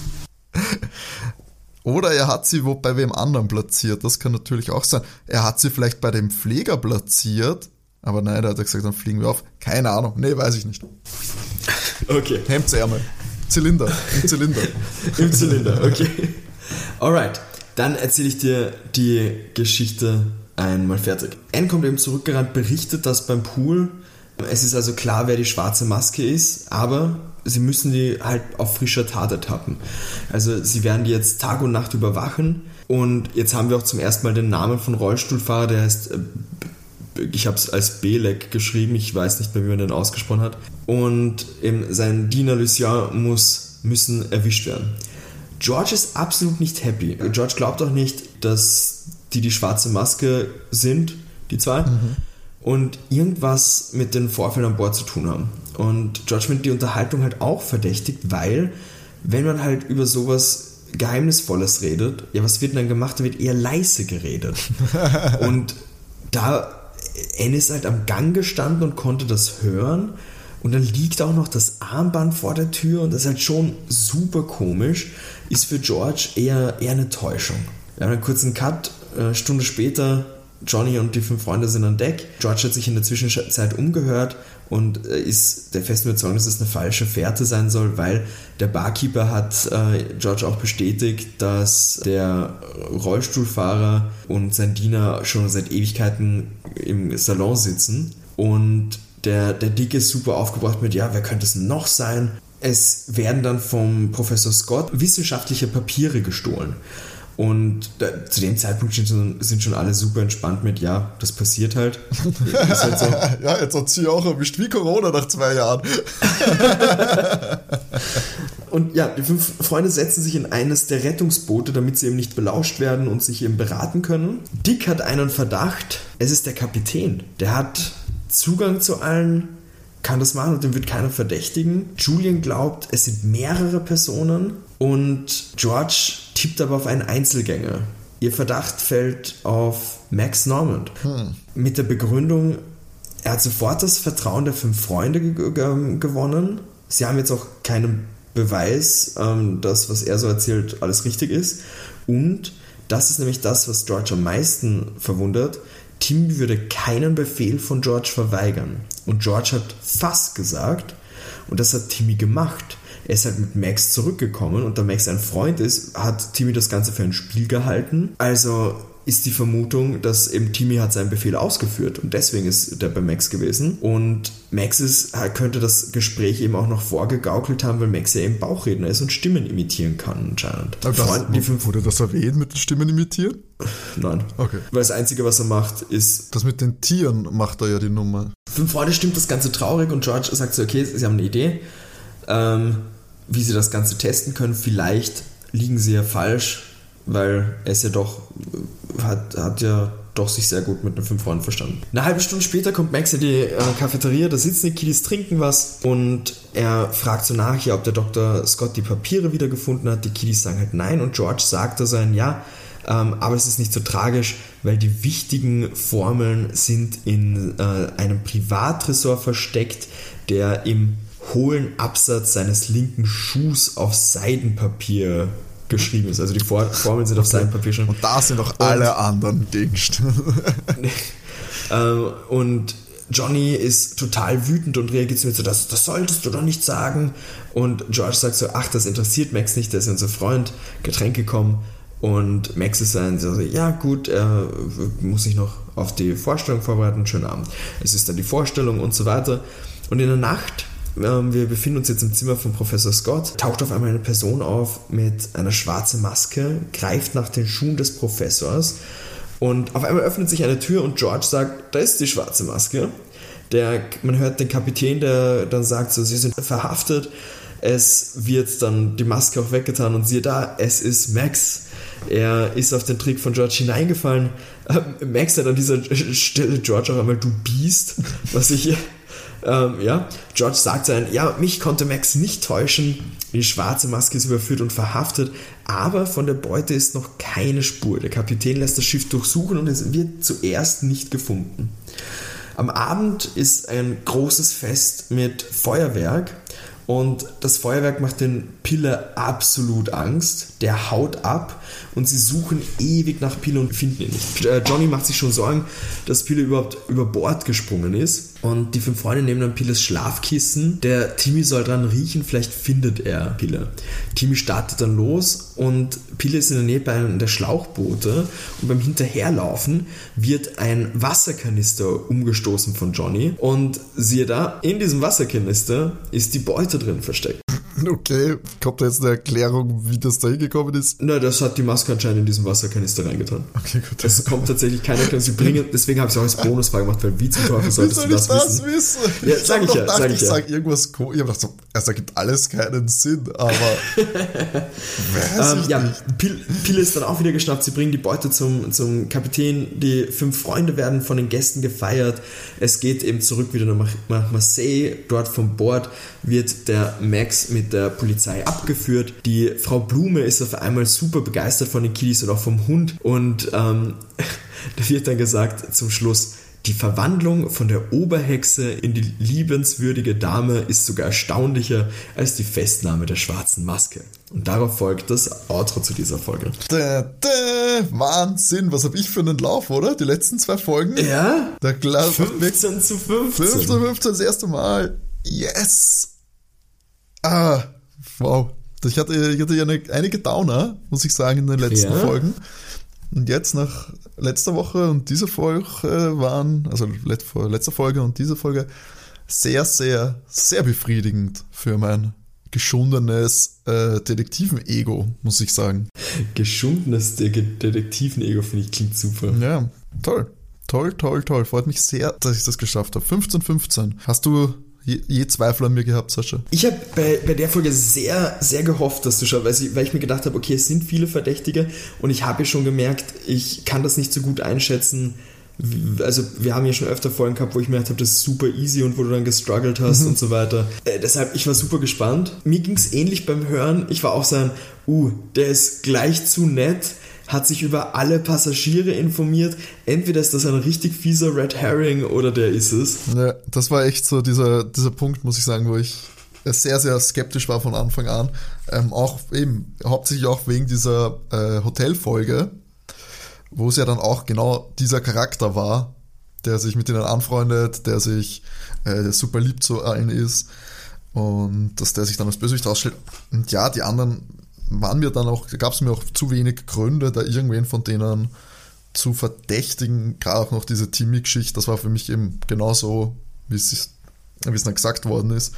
Oder er hat sie bei wem anderen platziert, das kann natürlich auch sein. Er hat sie vielleicht bei dem Pfleger platziert, aber nein, da hat er gesagt, dann fliegen wir auf. Keine Ahnung, nee, weiß ich nicht. Okay. Hemdsärmel, Zylinder, im Zylinder. Im Zylinder, okay. Alright, dann erzähle ich dir die Geschichte einmal fertig. Anne kommt eben zurückgerannt, berichtet das beim Pool. Es ist also klar, wer die schwarze Maske ist, aber sie müssen die halt auf frischer Tat ertappen. Also sie werden die jetzt Tag und Nacht überwachen und jetzt haben wir auch zum ersten Mal den Namen von Rollstuhlfahrer, der heißt Ich habe es als Belek geschrieben, ich weiß nicht mehr, wie man den ausgesprochen hat. Und sein Diener Lucien müssen erwischt werden. George ist absolut nicht happy. George glaubt auch nicht, dass die schwarze Maske sind, die zwei, und irgendwas mit den Vorfällen an Bord zu tun haben. Und George findet die Unterhaltung halt auch verdächtig, weil, wenn man halt über sowas Geheimnisvolles redet, ja, was wird denn dann gemacht? Da wird eher leise geredet. Und da Anne ist halt am Gang gestanden und konnte das hören, und dann liegt auch noch das Armband vor der Tür, und das ist halt schon super komisch, ist für George eher eine Täuschung. Wir haben einen kurzen Cut, eine Stunde später, Johnny und die 5 Freunde sind an Deck. George hat sich in der Zwischenzeit umgehört und ist der festen Überzeugung, dass es eine falsche Fährte sein soll, weil der Barkeeper hat George auch bestätigt, dass der Rollstuhlfahrer und sein Diener schon seit Ewigkeiten im Salon sitzen, und der Dick ist super aufgebracht mit, ja, wer könnte es noch sein? Es werden dann vom Professor Scott wissenschaftliche Papiere gestohlen. Und zu dem Zeitpunkt sind schon alle super entspannt mit, ja, das passiert halt. Ist halt so. Ja, jetzt hat sie auch erwischt wie Corona nach 2 Jahren. Und ja, die 5 Freunde setzen sich in eines der Rettungsboote, damit sie eben nicht belauscht werden und sich eben beraten können. Dick hat einen Verdacht, es ist der Kapitän. Der hat Zugang zu allen, kann das machen und den wird keiner verdächtigen. Julian glaubt, es sind mehrere Personen, und George tippt aber auf einen Einzelgänger. Ihr Verdacht fällt auf Max Normand. Mit der Begründung, er hat sofort das Vertrauen der 5 Freunde gewonnen. Sie haben jetzt auch keinen Beweis, dass, was er so erzählt, alles richtig ist. Und das ist nämlich das, was George am meisten verwundert. Timmy würde keinen Befehl von George verweigern. Und George hat fast gesagt, und das hat Timmy gemacht. Er ist halt mit Max zurückgekommen, und da Max ein Freund ist, hat Timmy das Ganze für ein Spiel gehalten. Also ist die Vermutung, dass eben Timmy hat seinen Befehl ausgeführt, und deswegen ist der bei Max gewesen. Und Max könnte das Gespräch eben auch noch vorgegaukelt haben, weil Max ja eben Bauchredner ist und Stimmen imitieren kann anscheinend. Wurde das erwähnt mit den Stimmen imitieren? Nein. Okay. Weil das Einzige, was er macht, ist... Das mit den Tieren macht er ja die Nummer. 5 Freunde stimmt das Ganze traurig, und George sagt so, okay, sie haben eine Idee, wie sie das Ganze testen können. Vielleicht liegen sie ja falsch, weil es ja doch hat ja doch sich sehr gut mit den 5 Freunden verstanden. Eine halbe Stunde später kommt Max in die Cafeteria, da sitzen die Kiddies, trinken was, und er fragt so nach, ja, ob der Dr. Scott die Papiere wiedergefunden hat. Die Kiddies sagen halt nein, und George sagt da sein ja, aber es ist nicht so tragisch, weil die wichtigen Formeln sind in einem Privattresor versteckt, der im hohlen Absatz seines linken Schuhs auf Seidenpapier geschrieben ist. Also die Formeln sind auf Seidenpapier schon. Und da sind auch alle anderen Gegenstände. Und Johnny ist total wütend und reagiert so, das solltest du doch nicht sagen. Und George sagt so, ach, das interessiert Max nicht, der ist unser Freund, Getränke kommen. Und Max ist dann so, ja gut, er muss sich noch auf die Vorstellung vorbereiten, schönen Abend. Es ist dann die Vorstellung und so weiter. Und in der Nacht, wir befinden uns jetzt im Zimmer von Professor Scott, taucht auf einmal eine Person auf mit einer schwarzen Maske, greift nach den Schuhen des Professors, und auf einmal öffnet sich eine Tür und George sagt, da ist die schwarze Maske. Man hört den Kapitän, der dann sagt, so, sie sind verhaftet. Es wird dann die Maske auch weggetan, und siehe da, es ist Max. Er ist auf den Trick von George hineingefallen. Max hat an dieser Stelle George auch einmal, du Biest, was ich... George sagt dann, ja, mich konnte Max nicht täuschen, die schwarze Maske ist überführt und verhaftet, aber von der Beute ist noch keine Spur. Der Kapitän lässt das Schiff durchsuchen, und es wird zuerst nicht gefunden. Am Abend ist ein großes Fest mit Feuerwerk, und das Feuerwerk macht den Piller absolut Angst. Der haut ab, und sie suchen ewig nach Piller und finden ihn nicht. Johnny macht sich schon Sorgen, dass Piller überhaupt über Bord gesprungen ist. Und die 5 Freunde nehmen dann Pillers Schlafkissen. Der Timmy soll dran riechen, vielleicht findet er Piller. Timmy startet dann los, und Piller ist in der Nähe bei einem der Schlauchboote, und beim Hinterherlaufen wird ein Wasserkanister umgestoßen von Johnny, und siehe da, in diesem Wasserkanister ist die Beute drin versteckt. Okay, kommt da jetzt eine Erklärung, wie das da hingekommen ist? Na, das hat die Maske anscheinend in diesen Wasserkanister reingetan. Okay, gut. Es kommt tatsächlich keine Erklärung. Sie bringen, deswegen habe ich es auch als Bonusfrage gemacht, weil wie zum Teufel solltest du das wissen? Ja, sag ich ja. Ich sag irgendwas Ich habe gedacht, so, es ergibt alles keinen Sinn, aber weiß ich nicht. Pille ist dann auch wieder geschnappt. Sie bringen die Beute zum Kapitän. Die 5 Freunde werden von den Gästen gefeiert. Es geht eben zurück wieder nach Marseille. Dort vom Bord wird der Max mit der Polizei abgeführt. Die Frau Blume ist auf einmal super begeistert von den Kiddies und auch vom Hund. Und da wird dann gesagt zum Schluss, die Verwandlung von der Oberhexe in die liebenswürdige Dame ist sogar erstaunlicher als die Festnahme der schwarzen Maske. Und darauf folgt das Outro zu dieser Folge. Wahnsinn, was habe ich für einen Lauf, oder? Die letzten 2 Folgen? Ja? 15 zu 15. 15 das erste Mal. Yes! Wow. Ich hatte ja einige Downer, muss ich sagen, in den letzten Folgen. Und jetzt nach letzter Woche und diese Folge waren, also letzte Folge und diese Folge, sehr, sehr, sehr befriedigend für mein geschundenes Detektiven-Ego, muss ich sagen. Geschundenes Detektiven-Ego, finde ich, klingt super. Ja, toll. Toll. Freut mich sehr, dass ich das geschafft habe. 15. Hast du je Zweifel an mir gehabt, Sascha? Ich habe bei der Folge sehr, sehr gehofft, dass du schaust, weil ich mir gedacht habe, okay, es sind viele Verdächtige und ich habe ja schon gemerkt, ich kann das nicht so gut einschätzen. Also wir haben ja schon öfter Folgen gehabt, wo ich mir gedacht habe, das ist super easy und wo du dann gestruggelt hast und so weiter. Deshalb, ich war super gespannt. Mir ging es ähnlich beim Hören. Ich war auch so der ist gleich zu nett, hat sich über alle Passagiere informiert. Entweder ist das ein richtig fieser Red Herring oder der ist es. Ja, das war echt so dieser Punkt, muss ich sagen, wo ich sehr, sehr skeptisch war von Anfang an. Auch eben, hauptsächlich auch wegen dieser Hotelfolge, wo es ja dann auch genau dieser Charakter war, der sich mit denen anfreundet, der super lieb zu allen ist und dass der sich dann als Bösewicht rausstellt. Und ja, die anderen gab es mir auch zu wenig Gründe, da irgendwen von denen zu verdächtigen, gerade auch noch diese Timmy-Geschichte, das war für mich eben genauso, wie es dann gesagt worden ist.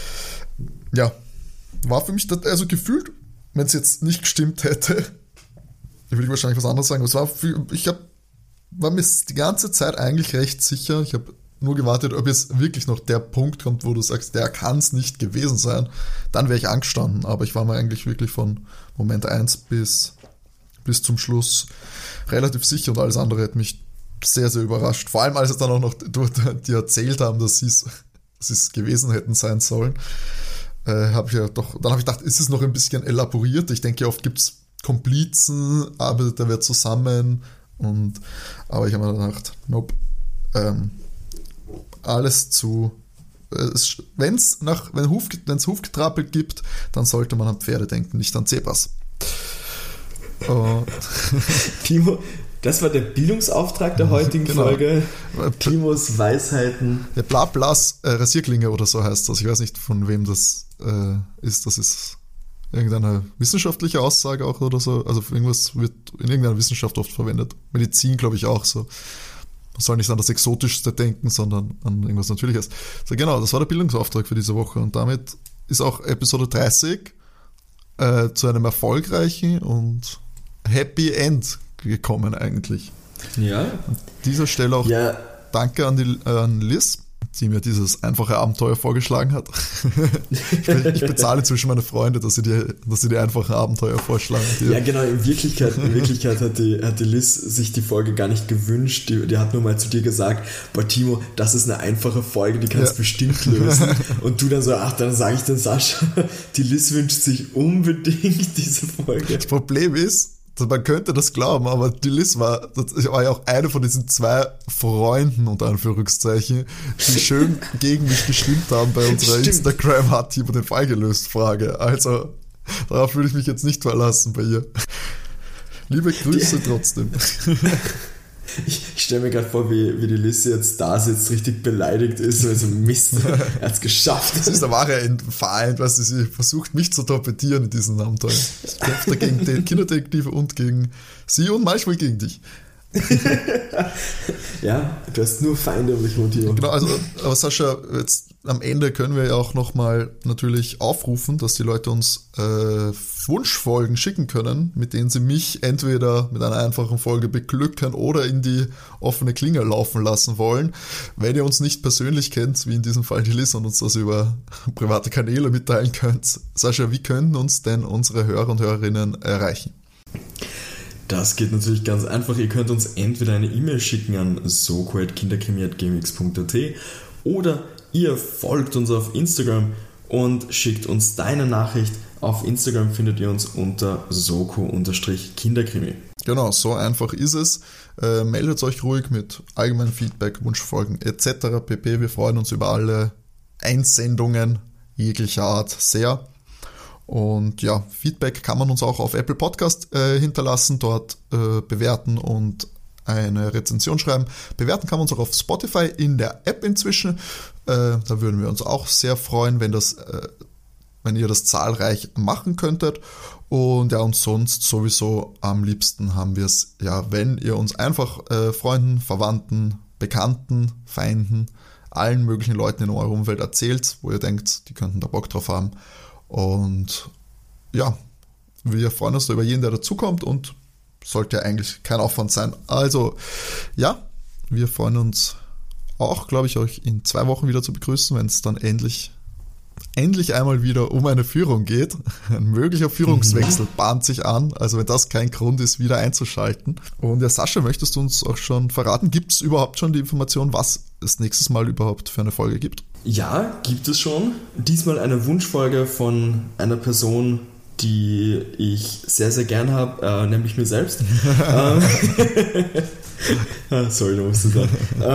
Ja, war für mich, also gefühlt, wenn es jetzt nicht gestimmt hätte, würde ich wahrscheinlich was anderes sagen. War mir die ganze Zeit eigentlich recht sicher. Ich habe nur gewartet, ob jetzt wirklich noch der Punkt kommt, wo du sagst, der kann es nicht gewesen sein. Dann wäre ich angestanden. Aber ich war mir eigentlich wirklich von Moment 1 bis zum Schluss relativ sicher und alles andere hat mich sehr, sehr überrascht. Vor allem, als es dann auch noch die erzählt haben, dass sie es gewesen hätten sein sollen, habe ich gedacht, ist es noch ein bisschen elaboriert. Ich denke, oft gibt es Komplizen, arbeitet er zusammen aber ich habe mir gedacht, nope, alles zu, wenn es Hufgetrappel gibt, dann sollte man an Pferde denken, nicht an Zebras. Timo, das war der Bildungsauftrag der heutigen Folge. Timos Weisheiten. Der Blablas Rasierklinge oder so heißt das. Ich weiß nicht, von wem das ist. Das ist irgendeine wissenschaftliche Aussage auch oder so. Also irgendwas wird in irgendeiner Wissenschaft oft verwendet. Medizin, glaube ich, auch so. Man soll nicht an das Exotischste denken, sondern an irgendwas Natürliches. So, genau, das war der Bildungsauftrag für diese Woche. Und damit ist auch Episode 30 zu einem erfolgreichen und Happy End gekommen eigentlich. Ja. An dieser Stelle auch Danke an Liz, die mir dieses einfache Abenteuer vorgeschlagen hat. Ich bezahle inzwischen meine Freunde, dass sie die einfachen Abenteuer vorschlagen. Ja, genau, in Wirklichkeit hat die Liz sich die Folge gar nicht gewünscht. Die hat nur mal zu dir gesagt, boah Timo, das ist eine einfache Folge, die kannst du bestimmt lösen. Und du dann so, dann sage ich den Sascha, die Liz wünscht sich unbedingt diese Folge. Das Problem ist, man könnte das glauben, aber die Liz war ja auch eine von diesen 2 Freunden, unter Anführungszeichen, die schön gegen mich gestimmt haben bei unserer Instagram-Hat über den Fall gelöst Frage. Also, darauf würde ich mich jetzt nicht verlassen bei ihr. Liebe Grüße trotzdem. Ich stelle mir gerade vor, wie die Liz jetzt da sitzt, richtig beleidigt ist, also Mist, er hat es geschafft. Das ist der wahre Feind, weißt du, sie versucht mich zu torpedieren in diesen Abenteuern. Ich kämpfe gegen den Kinderdetektive und gegen sie und manchmal gegen dich. Ja, du hast nur Feinde um dich rum, Timo. Genau, aber Sascha, jetzt am Ende können wir ja auch nochmal natürlich aufrufen, dass die Leute uns Wunschfolgen schicken können, mit denen sie mich entweder mit einer einfachen Folge beglücken oder in die offene Klinge laufen lassen wollen. Wenn ihr uns nicht persönlich kennt, wie in diesem Fall die Liz, und uns das über private Kanäle mitteilen könnt. Sascha, wie können uns denn unsere Hörer und Hörerinnen erreichen? Das geht natürlich ganz einfach. Ihr könnt uns entweder eine E-Mail schicken an soko@kinderkrimi@gmx.at oder ihr folgt uns auf Instagram und schickt uns deine Nachricht. Auf Instagram findet ihr uns unter soko_kinderkrimi. Genau, so einfach ist es. Meldet euch ruhig mit allgemeinem Feedback, Wunschfolgen etc. pp. Wir freuen uns über alle Einsendungen jeglicher Art sehr. Und ja, Feedback kann man uns auch auf Apple Podcast hinterlassen, dort bewerten und eine Rezension schreiben. Bewerten kann man uns auch auf Spotify in der App inzwischen. Da würden wir uns auch sehr freuen, wenn ihr das zahlreich machen könntet. Und ja, und sonst sowieso am liebsten haben wir es, ja, wenn ihr uns einfach Freunden, Verwandten, Bekannten, Feinden, allen möglichen Leuten in eurer Umwelt erzählt, wo ihr denkt, die könnten da Bock drauf haben. Und ja, wir freuen uns über jeden, der dazukommt, und sollte ja eigentlich kein Aufwand sein. Also ja, wir freuen uns auch, glaube ich, euch in 2 Wochen wieder zu begrüßen, wenn es dann endlich einmal wieder um eine Führung geht. Ein möglicher Führungswechsel bahnt sich an, also wenn das kein Grund ist, wieder einzuschalten. Und ja, Sascha, möchtest du uns auch schon verraten, gibt es überhaupt schon die Information, was es nächstes Mal überhaupt für eine Folge gibt? Ja, gibt es schon. Diesmal eine Wunschfolge von einer Person, die ich sehr, sehr gern habe, nämlich mir selbst. Sorry, da musst du sagen.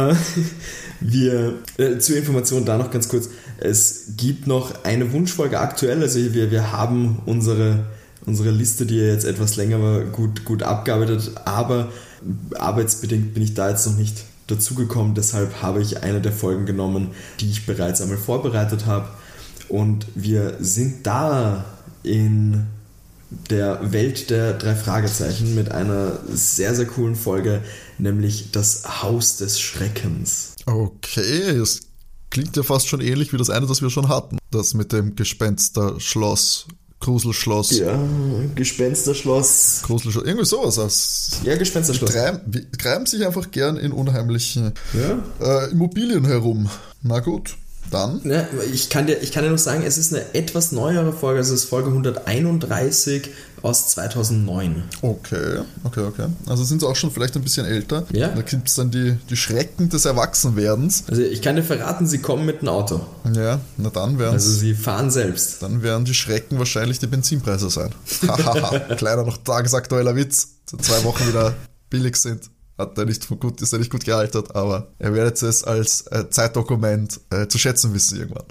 Zur Information da noch ganz kurz. Es gibt noch eine Wunschfolge aktuell. Also wir haben unsere Liste, die ja jetzt etwas länger war, gut abgearbeitet, aber arbeitsbedingt bin ich da jetzt noch nicht dazugekommen. Deshalb habe ich eine der Folgen genommen, die ich bereits einmal vorbereitet habe. Und wir sind da in der Welt der 3 Fragezeichen mit einer sehr, sehr coolen Folge, nämlich das Haus des Schreckens. Okay, das klingt ja fast schon ähnlich wie das eine, das wir schon hatten. Das mit dem Gespensterschloss, Gruselschloss. Ja, Gespensterschloss. Gruselschloss, irgendwie sowas. Ja, Gespensterschloss. Die treiben sich einfach gern in unheimlichen Immobilien herum. Na gut. Dann? Ja, ich kann dir nur sagen, es ist eine etwas neuere Folge, also es ist Folge 131 aus 2009. Okay. Also sind sie auch schon vielleicht ein bisschen älter. Ja. Da gibt es dann die Schrecken des Erwachsenwerdens. Also ich kann dir verraten, sie kommen mit einem Auto. Ja, na dann werden also sie fahren selbst. Dann werden die Schrecken wahrscheinlich die Benzinpreise sein. Kleiner noch tagesaktueller Witz. Zu 2 Wochen wieder billig sind. Ist er nicht gut gealtert, aber ihr werdet es als Zeitdokument zu schätzen wissen irgendwann.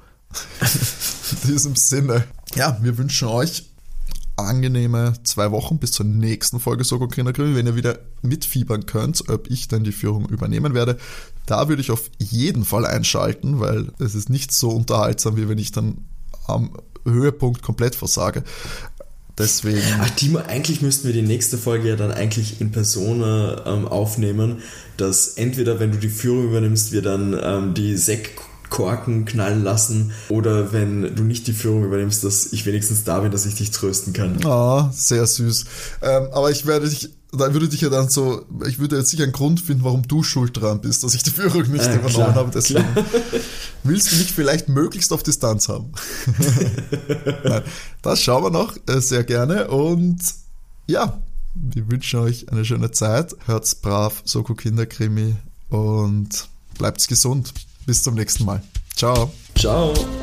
In diesem Sinne. Ja, wir wünschen euch angenehme 2 Wochen bis zur nächsten Folge Soko Kinderkrimi, wenn ihr wieder mitfiebern könnt, ob ich dann die Führung übernehmen werde. Da würde ich auf jeden Fall einschalten, weil es ist nicht so unterhaltsam, wie wenn ich dann am Höhepunkt komplett versage. Deswegen. Ach Timo, eigentlich müssten wir die nächste Folge ja dann eigentlich in Persona aufnehmen, dass entweder, wenn du die Führung übernimmst, wir dann die Sektkorken knallen lassen, oder wenn du nicht die Führung übernimmst, dass ich wenigstens da bin, dass ich dich trösten kann. Ah, sehr süß. Aber ich würde jetzt sicher einen Grund finden, warum du schuld dran bist, dass ich die Führung nicht übernommen habe. Deswegen willst du mich vielleicht möglichst auf Distanz haben. Nein, das schauen wir noch sehr gerne. Und ja, wir wünschen euch eine schöne Zeit. Hört's brav, Soko Kinderkrimi, und bleibt gesund. Bis zum nächsten Mal. Ciao. Ciao.